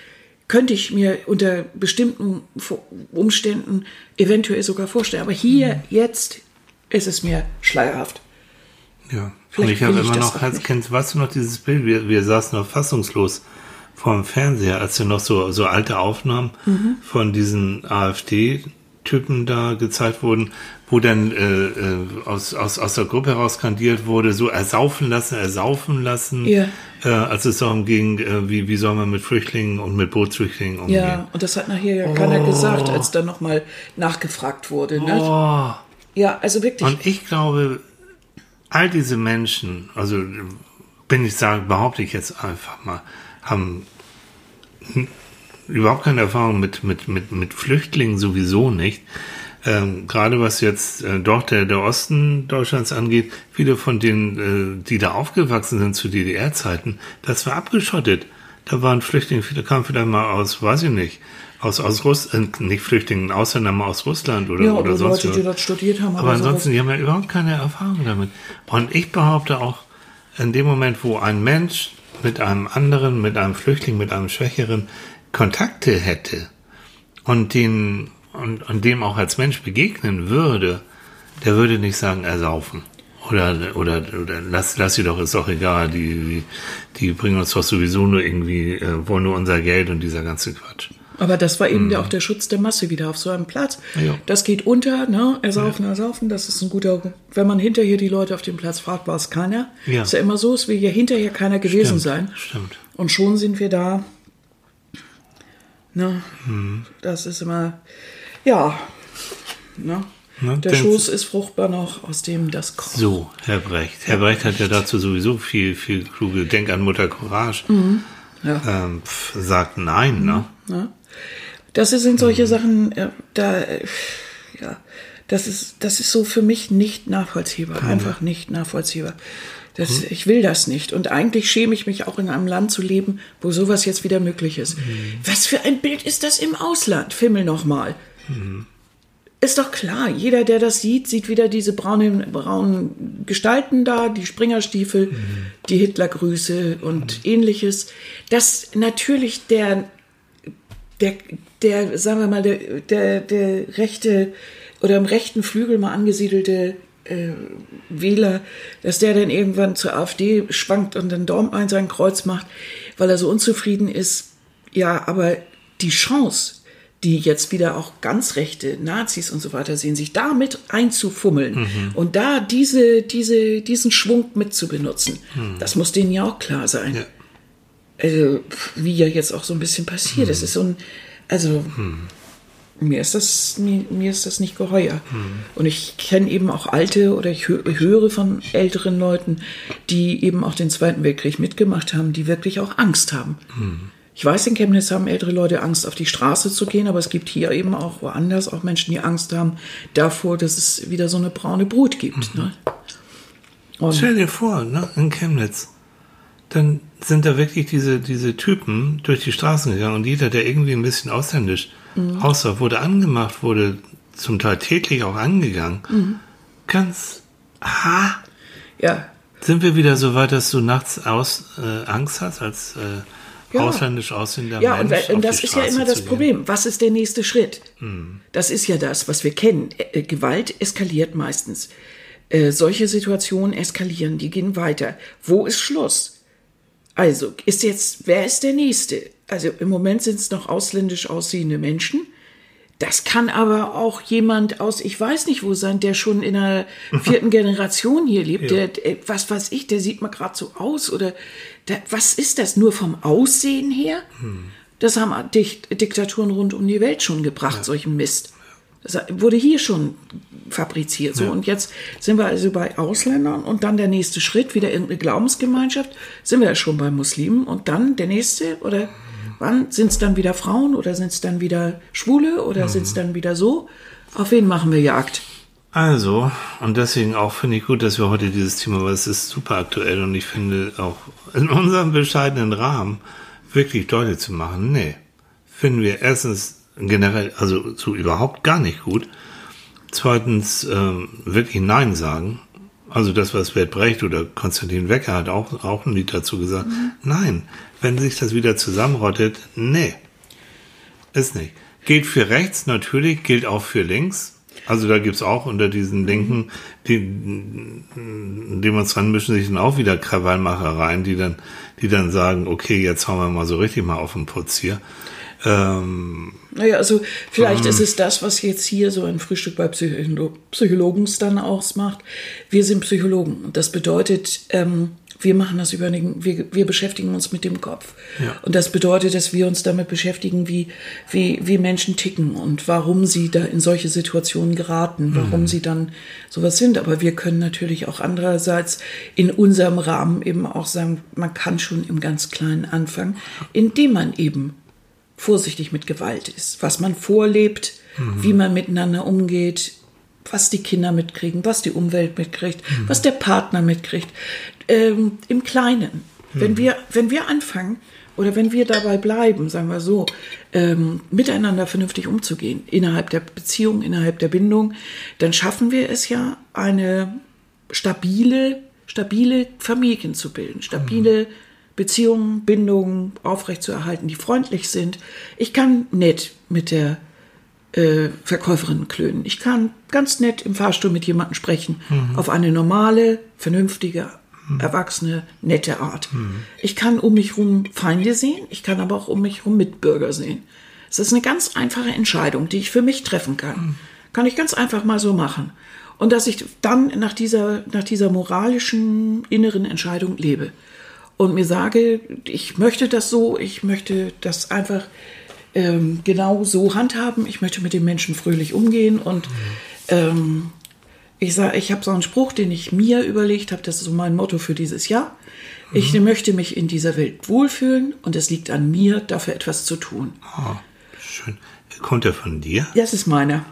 könnte ich mir unter bestimmten Umständen eventuell sogar vorstellen. Aber hier, jetzt ist es mir schleierhaft. Ja, Vielleicht und ich habe will ich immer das noch, auch als nicht. Kind, weißt du noch dieses Bild, wir, wir saßen noch fassungslos vor dem Fernseher, als wir noch so, so alte Aufnahmen Mhm. von diesen AfD-Typen da gezeigt wurden, wo dann äh, äh, aus, aus, aus der Gruppe heraus skandiert wurde, so ersaufen lassen, ersaufen lassen, Ja. äh, als es darum ging, äh, wie, wie soll man mit Flüchtlingen und mit Bootsflüchtlingen umgehen. Ja, und das hat nachher ja keiner gesagt, als dann nochmal nachgefragt wurde. Ne? Oh. Ja, also wirklich. Und ich glaube, all diese Menschen, also bin ich sagen, behaupte ich jetzt einfach mal, haben hm, überhaupt keine Erfahrung mit, mit, mit, mit Flüchtlingen sowieso nicht. Ähm, gerade was jetzt äh, dort der, der Osten Deutschlands angeht, viele von denen, äh, die da aufgewachsen sind zu D D R-Zeiten, das war abgeschottet. Da waren Flüchtlinge, viele kamen vielleicht mal aus, weiß ich nicht, aus, aus Russland, äh, nicht Flüchtlinge, Ausländer mal aus Russland oder, ja, oder oder sonst Leute, was. die dort studiert haben. Aber oder ansonsten, sowas. die haben ja überhaupt keine Erfahrung damit. Und ich behaupte auch, in dem Moment, wo ein Mensch mit einem anderen, mit einem Flüchtling, mit einem Schwächeren Kontakte hätte und den und, und dem auch als Mensch begegnen würde, der würde nicht sagen, ersaufen. Oder, oder, oder lass, lass sie doch, ist doch egal, die, die, die bringen uns doch sowieso nur irgendwie, äh, wollen nur unser Geld und dieser ganze Quatsch. Aber das war eben der, auch der Schutz der Masse wieder auf so einem Platz. Ja. Das geht unter, ne? Ersaufen, ersaufen, das ist ein guter. Wenn man hinterher die Leute auf dem Platz fragt, war es keiner. Ja. Ist ja immer so, es will ja hinterher keiner gewesen Stimmt, sein. Stimmt. Und schon sind wir da. Ne? Mhm. Das ist immer, ja. Ne? Ne, Der denkst- Schoß ist fruchtbar noch, aus dem das kommt. So, Herr Brecht. Herr Brecht hat ja dazu sowieso viel, viel kluge, denk an Mutter Courage, Ja. ähm, pf, sagt nein, ne? Ne? Das sind solche Sachen, äh, da, äh, ja, das ist, das ist so für mich nicht nachvollziehbar, einfach nicht nachvollziehbar. Das, ich will das nicht. Und eigentlich schäme ich mich auch, in einem Land zu leben, wo sowas jetzt wieder möglich ist. Was für ein Bild ist das im Ausland? Fimmel nochmal. Ist doch klar, jeder, der das sieht, sieht wieder diese braunen, braunen Gestalten da, die Springerstiefel, die Hitlergrüße und ähnliches. Dass natürlich der, der, der, sagen wir mal, der, der, der rechte oder im rechten Flügel mal angesiedelte äh, Wähler, dass der dann irgendwann zur AfD schwankt und dann Daumen ein sein Kreuz macht, weil er so unzufrieden ist. Ja, aber die Chance, die jetzt wieder auch ganz rechte Nazis und so weiter sehen, sich damit einzufummeln Mhm. und da diese, diese, diesen Schwung mit zu benutzen, Mhm. das muss denen ja auch klar sein. Ja. Also, wie ja jetzt auch so ein bisschen passiert. Es ist so ein, also, mir ist das, mir, mir ist das nicht geheuer. Und ich kenne eben auch alte oder ich hö- höre von älteren Leuten, die eben auch den Zweiten Weltkrieg mitgemacht haben, die wirklich auch Angst haben. Ich weiß, in Chemnitz haben ältere Leute Angst, auf die Straße zu gehen, aber es gibt hier eben auch woanders auch Menschen, die Angst haben davor, dass es wieder so eine braune Brut gibt. Ne? Und Stell dir vor, ne, in Chemnitz, dann sind da wirklich diese, diese Typen durch die Straßen gegangen und jeder, der irgendwie ein bisschen ausländisch aussah, wurde angemacht, wurde zum Teil tätlich auch angegangen. Ganz, ha, ja, sind wir wieder so weit, dass du nachts aus, äh, Angst hast, als äh, Ja. ausländisch aussehender Ja, und, Mensch und auf das die ist ja Straße immer zu das gehen? Problem. Was ist der nächste Schritt? Das ist ja das, was wir kennen. Äh, Gewalt eskaliert meistens. Äh, solche Situationen eskalieren, die gehen weiter. Wo ist Schluss? Also, ist jetzt, wer ist der Nächste? Also, im Moment sind es noch ausländisch aussehende Menschen. Das kann aber auch jemand aus, ich weiß nicht wo sein, der schon in der vierten Generation hier lebt, Ja. der, der, was weiß ich, der sieht mal gerade so aus oder der, was ist das, nur vom Aussehen her? Das haben Dikt- Diktaturen rund um die Welt schon gebracht, solchen Mist. Das wurde hier schon fabriziert. So, Ja. und jetzt sind wir also bei Ausländern und dann der nächste Schritt, wieder irgendeine Glaubensgemeinschaft, sind wir ja schon bei Muslimen und dann der nächste oder wann sind es dann wieder Frauen oder sind es dann wieder Schwule oder sind es dann wieder so? Auf wen machen wir Jagd? Also, und deswegen auch finde ich gut, dass wir heute dieses Thema, weil es ist super aktuell und ich finde auch in unserem bescheidenen Rahmen wirklich deutlich zu machen, nee, finden wir erstens generell, also so überhaupt gar nicht gut. Zweitens, ähm, wirklich Nein sagen. Also das, was Bert Brecht oder Konstantin Wecker hat auch, auch ein Lied dazu gesagt. Nein, wenn sich das wieder zusammenrottet, nee. ist nicht. Gilt für rechts natürlich, gilt auch für links. Also da gibt's auch unter diesen Linken, die Demonstranten mischen sich dann auch wieder Krawallmachereien, die dann, die dann sagen, okay, jetzt hauen wir mal so richtig mal auf den Putz hier. Ähm, naja, also vielleicht ähm, ist es das, was jetzt hier so ein Frühstück bei Psycholo- Psychologen dann ausmacht. Wir sind Psychologen und das bedeutet, ähm, wir machen das über den, wir, wir beschäftigen uns mit dem Kopf. Ja. Und das bedeutet, dass wir uns damit beschäftigen, wie, wie, wie Menschen ticken und warum sie da in solche Situationen geraten, warum mhm. sie dann sowas sind. Aber wir können natürlich auch andererseits in unserem Rahmen eben auch sagen, man kann schon im ganz Kleinen anfangen, indem man eben vorsichtig mit Gewalt ist, was man vorlebt, mhm. wie man miteinander umgeht, was die Kinder mitkriegen, was die Umwelt mitkriegt, mhm. was der Partner mitkriegt, ähm, im Kleinen. Mhm. Wenn wir, wenn wir anfangen oder wenn wir dabei bleiben, sagen wir so, ähm, miteinander vernünftig umzugehen, innerhalb der Beziehung, innerhalb der Bindung, dann schaffen wir es ja, eine stabile, stabile Familien zu bilden, stabile mhm. Beziehungen, Bindungen aufrechtzuerhalten, die freundlich sind. Ich kann nett mit der äh, Verkäuferin klönen. Ich kann ganz nett im Fahrstuhl mit jemandem sprechen, mhm. auf eine normale, vernünftige, mhm. erwachsene, nette Art. Mhm. Ich kann um mich herum Feinde sehen, ich kann aber auch um mich herum Mitbürger sehen. Es ist eine ganz einfache Entscheidung, die ich für mich treffen kann. Mhm. Kann ich ganz einfach mal so machen. Und dass ich dann nach dieser, nach dieser moralischen, inneren Entscheidung lebe. Und mir sage, ich möchte das so, ich möchte das einfach ähm, genau so handhaben, ich möchte mit den Menschen fröhlich umgehen und ähm, ich sage, ich habe so einen Spruch, den ich mir überlegt habe, das ist so mein Motto für dieses Jahr. Mhm. Ich möchte mich in dieser Welt wohlfühlen und es liegt an mir, dafür etwas zu tun. Oh, schön. Kommt der von dir? Ja, das ist meiner.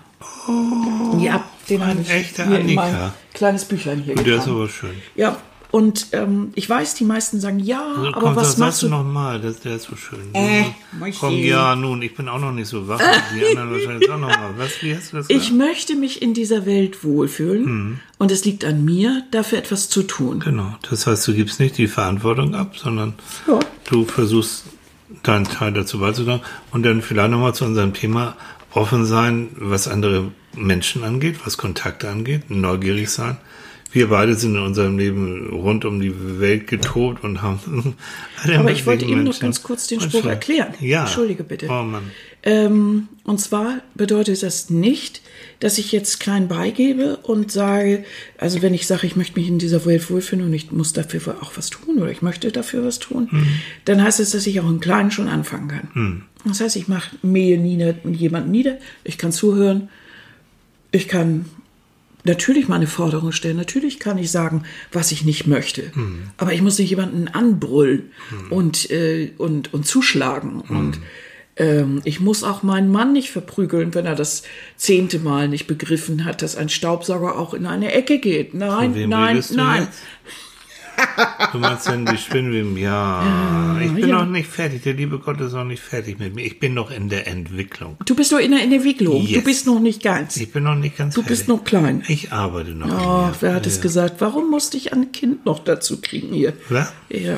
Oh, ja, den habe ich echter hier Annika. in mein kleines Büchlein hier Und der ist getan. aber schön. Ja. Und ähm, ich weiß, die meisten sagen, ja, also, aber komm, was das machst du? noch mal, das, der ist so schön. Äh, komm, ja, nun, ich bin auch noch nicht so wach. Die anderen wahrscheinlich auch noch mal. Was, wie hast du das Ich gesagt? möchte mich in dieser Welt wohlfühlen hm. und es liegt an mir, dafür etwas zu tun. Genau, das heißt, du gibst nicht die Verantwortung ab, sondern ja. du versuchst, deinen Teil dazu beizutragen. Und dann vielleicht nochmal zu unserem Thema offen sein, was andere Menschen angeht, was Kontakte angeht, neugierig sein. Wir beide sind in unserem Leben rund um die Welt getobt und haben alle Aber ich wollte eben Menschen. noch ganz kurz den Spruch erklären. Ja. Entschuldige bitte. Oh Mann. Ähm, und zwar bedeutet das nicht, dass ich jetzt klein beigebe und sage, also wenn ich sage, ich möchte mich in dieser Welt wohlfühlen und ich muss dafür auch was tun oder ich möchte dafür was tun, mhm. dann heißt es, dass ich auch im Kleinen schon anfangen kann. Mhm. Das heißt, ich mache mähe nieder, jemanden nieder, ich kann zuhören, ich kann natürlich meine Forderung stellen, natürlich kann ich sagen, was ich nicht möchte, mhm. aber ich muss nicht jemanden anbrüllen mhm. und, äh, und, und zuschlagen mhm. und ähm, ich muss auch meinen Mann nicht verprügeln, wenn er das zehnte Mal nicht begriffen hat, dass ein Staubsauger auch in eine Ecke geht. Nein, nein, nein. Jetzt? Du meinst denn die Spinnweben? Ja, ich bin ja. noch nicht fertig. Der liebe Gott ist noch nicht fertig mit mir. Ich bin noch in der Entwicklung. Du bist noch in der Entwicklung. Yes. Du bist noch nicht ganz. Ich bin noch nicht ganz Du fertig. bist noch klein. Ich arbeite noch. Oh, wer hat ja. es gesagt? Warum musste ich ein Kind noch dazu kriegen hier? Was? Ja.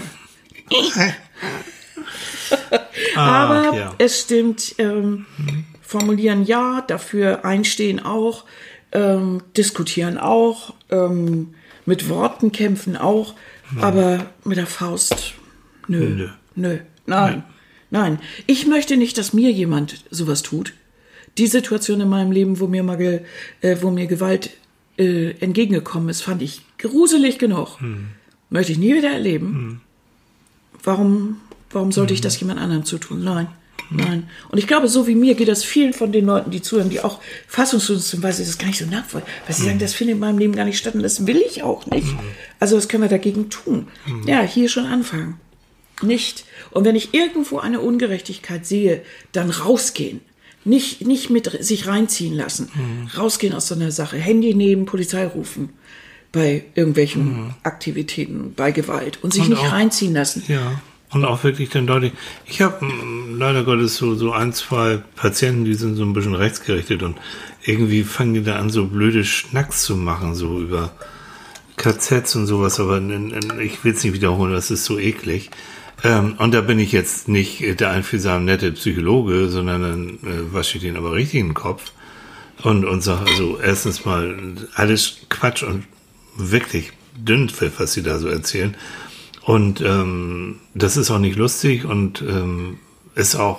Ach, Aber ja. es stimmt, ähm, mhm. formulieren ja, dafür einstehen auch, ähm, diskutieren auch, ähm, mit Worten kämpfen auch, mhm. aber mit der Faust, nö, nö, nö. nein, nein. Ich möchte nicht, dass mir jemand sowas tut. Die Situation in meinem Leben, wo mir mal ge, äh, wo mir Gewalt äh, entgegengekommen ist, fand ich gruselig genug. Mhm. Möchte ich nie wieder erleben. Mhm. Warum, warum sollte mhm. ich das jemand anderem zutun? Nein, mhm. nein. Und ich glaube, so wie mir geht das vielen von den Leuten, die zuhören, die auch fassungslos sind, weil sie das gar nicht so nachvollziehen. Weil sie mhm. sagen, das findet in meinem Leben gar nicht statt und das will ich auch nicht. Mhm. Also was können wir dagegen tun? Mhm. Ja, hier schon anfangen. Nicht. Und wenn ich irgendwo eine Ungerechtigkeit sehe, dann rausgehen. Nicht, nicht mit sich reinziehen lassen. Mhm. Rausgehen aus so einer Sache. Handy nehmen, Polizei rufen. Bei irgendwelchen mhm. Aktivitäten, bei Gewalt. Und sich und nicht auch, reinziehen lassen. Ja. Und auch wirklich dann deutlich. Ich habe leider Gottes so, so ein, zwei Patienten, die sind so ein bisschen rechtsgerichtet und irgendwie fangen die da an, so blöde Schnacks zu machen, so über K Zs und sowas. Aber ich will es nicht wiederholen, das ist so eklig. Ähm, und da bin ich jetzt nicht der einfühlsam nette Psychologe, sondern dann äh, wasche ich den aber richtig in den Kopf und, und sage, also erstens mal alles Quatsch und wirklich Dünnpfiff, was sie da so erzählen. Und ähm, das ist auch nicht lustig und ähm, ist auch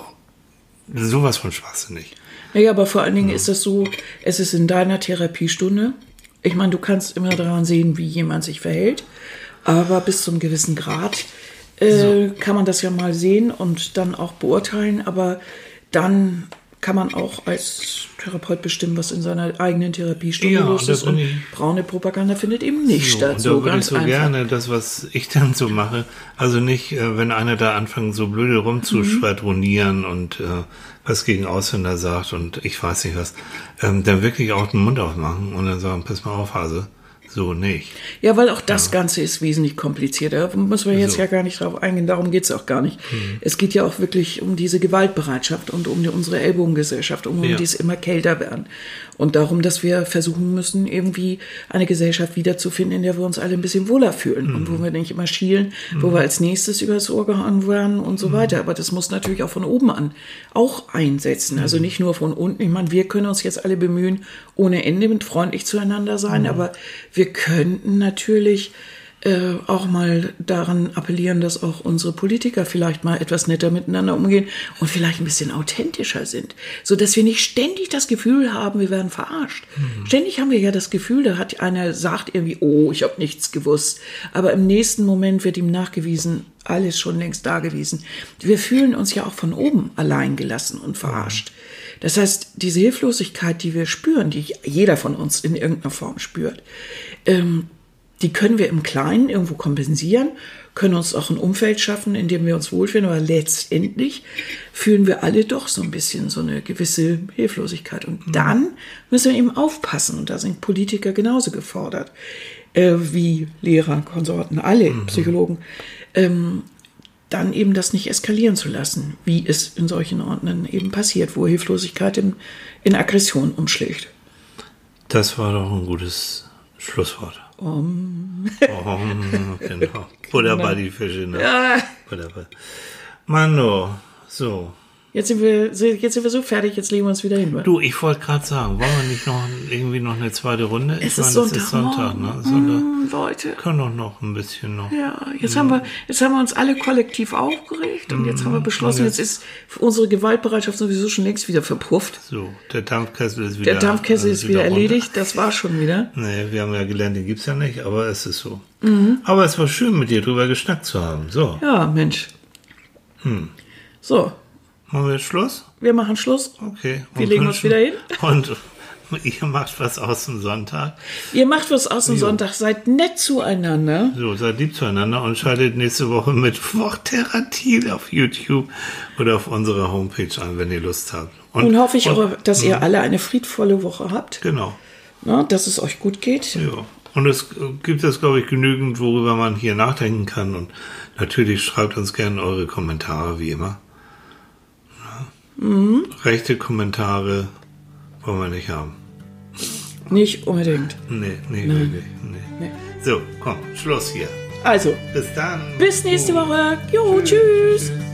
sowas von schwachsinnig. Naja, aber vor allen Dingen ja. ist das so, es ist in deiner Therapiestunde. Ich meine, du kannst immer daran sehen, wie jemand sich verhält, aber bis zum gewissen Grad äh, so. kann man das ja mal sehen und dann auch beurteilen, aber dann kann man auch als Therapeut bestimmen, was in seiner eigenen Therapiestunde ja, los ist. Und braune Propaganda findet eben nicht so, statt. Und da so würde ganz ich so einfach. gerne das, was ich dann so mache, also nicht, äh, wenn einer da anfängt, so blöde rumzuschwadronieren mhm. und äh, was gegen Ausländer sagt und ich weiß nicht was, ähm, dann wirklich auch den Mund aufmachen und dann sagen, pass mal auf, Hase. So nicht. Ja, weil auch das ja. Ganze ist wesentlich komplizierter. Da müssen wir jetzt so. ja gar nicht drauf eingehen. Darum geht es auch gar nicht. Mhm. Es geht ja auch wirklich um diese Gewaltbereitschaft und um die, unsere Ellbogengesellschaft, um, um ja. die es immer kälter werden. Und darum, dass wir versuchen müssen, irgendwie eine Gesellschaft wiederzufinden, in der wir uns alle ein bisschen wohler fühlen. Mhm. Und wo wir nicht immer schielen, mhm. wo wir als nächstes übers Ohr gehauen werden und so mhm. weiter. Aber das muss natürlich auch von oben an auch einsetzen. Mhm. Also nicht nur von unten. Ich meine, wir können uns jetzt alle bemühen, ohne Ende mit freundlich zueinander sein. Mhm. Aber wir könnten natürlich äh, auch mal daran appellieren, dass auch unsere Politiker vielleicht mal etwas netter miteinander umgehen und vielleicht ein bisschen authentischer sind, so dass wir nicht ständig das Gefühl haben, wir werden verarscht. Mhm. Ständig haben wir ja das Gefühl, da hat einer sagt irgendwie, oh, ich habe nichts gewusst, aber im nächsten Moment wird ihm nachgewiesen, alles schon längst da gewesen. Wir fühlen uns ja auch von oben allein gelassen und verarscht. Das heißt, diese Hilflosigkeit, die wir spüren, die jeder von uns in irgendeiner Form spürt, ähm, die können wir im Kleinen irgendwo kompensieren, können uns auch ein Umfeld schaffen, in dem wir uns wohlfühlen, aber letztendlich fühlen wir alle doch so ein bisschen so eine gewisse Hilflosigkeit. Und mhm. dann müssen wir eben aufpassen, und da sind Politiker genauso gefordert, äh, wie Lehrer, Konsorten, alle mhm. Psychologen, ähm, dann eben das nicht eskalieren zu lassen, wie es in solchen Orten eben passiert, wo Hilflosigkeit in, in Aggression umschlägt. Das war doch ein gutes Schlusswort. Um. um genau. Oder bei die Fische, ne? Ja. Mano, so. Jetzt sind, wir, jetzt sind wir so fertig, jetzt legen wir uns wieder hin. Du, ich wollte gerade sagen, wollen wir nicht noch irgendwie noch eine zweite Runde? Es ich ist meine, Sonntag. Es ist Sonntag, ne? Sonntag. Mm, Leute. Können doch noch ein bisschen noch. Ja, jetzt, ja. Haben wir, jetzt haben wir uns alle kollektiv aufgeregt und jetzt haben wir beschlossen, jetzt, jetzt ist unsere Gewaltbereitschaft sowieso schon längst wieder verpufft. So, der Dampfkessel ist wieder Der Dampfkessel ist wieder, wieder erledigt, das war schon wieder. Nee, wir haben ja gelernt, den gibt's ja nicht, aber es ist so. Mhm. Aber es war schön, mit dir drüber geschnackt zu haben. So. Ja, Mensch. Hm. So. Machen wir jetzt Schluss? Wir machen Schluss. Okay. Und wir legen uns wieder hin. Und ihr macht was aus dem Sonntag. Ihr macht was aus dem jo. Sonntag. Seid nett zueinander. So, seid lieb zueinander und schaltet nächste Woche Mittwoch Theratil auf YouTube oder auf unserer Homepage an, wenn ihr Lust habt. Und, und hoffe ich, und, auch, dass ihr alle eine friedvolle Woche habt. Genau. Na, dass es euch gut geht. Ja. Und es gibt es, glaube ich, genügend, worüber man hier nachdenken kann. Und natürlich schreibt uns gerne eure Kommentare, wie immer. Mhm. Rechte Kommentare wollen wir nicht haben. Nicht unbedingt. Nee, nicht Nein. wirklich. Nee. Nee. So, komm, Schluss hier. Also. Bis dann. Bis nächste Woche. Jo, tschüss. tschüss.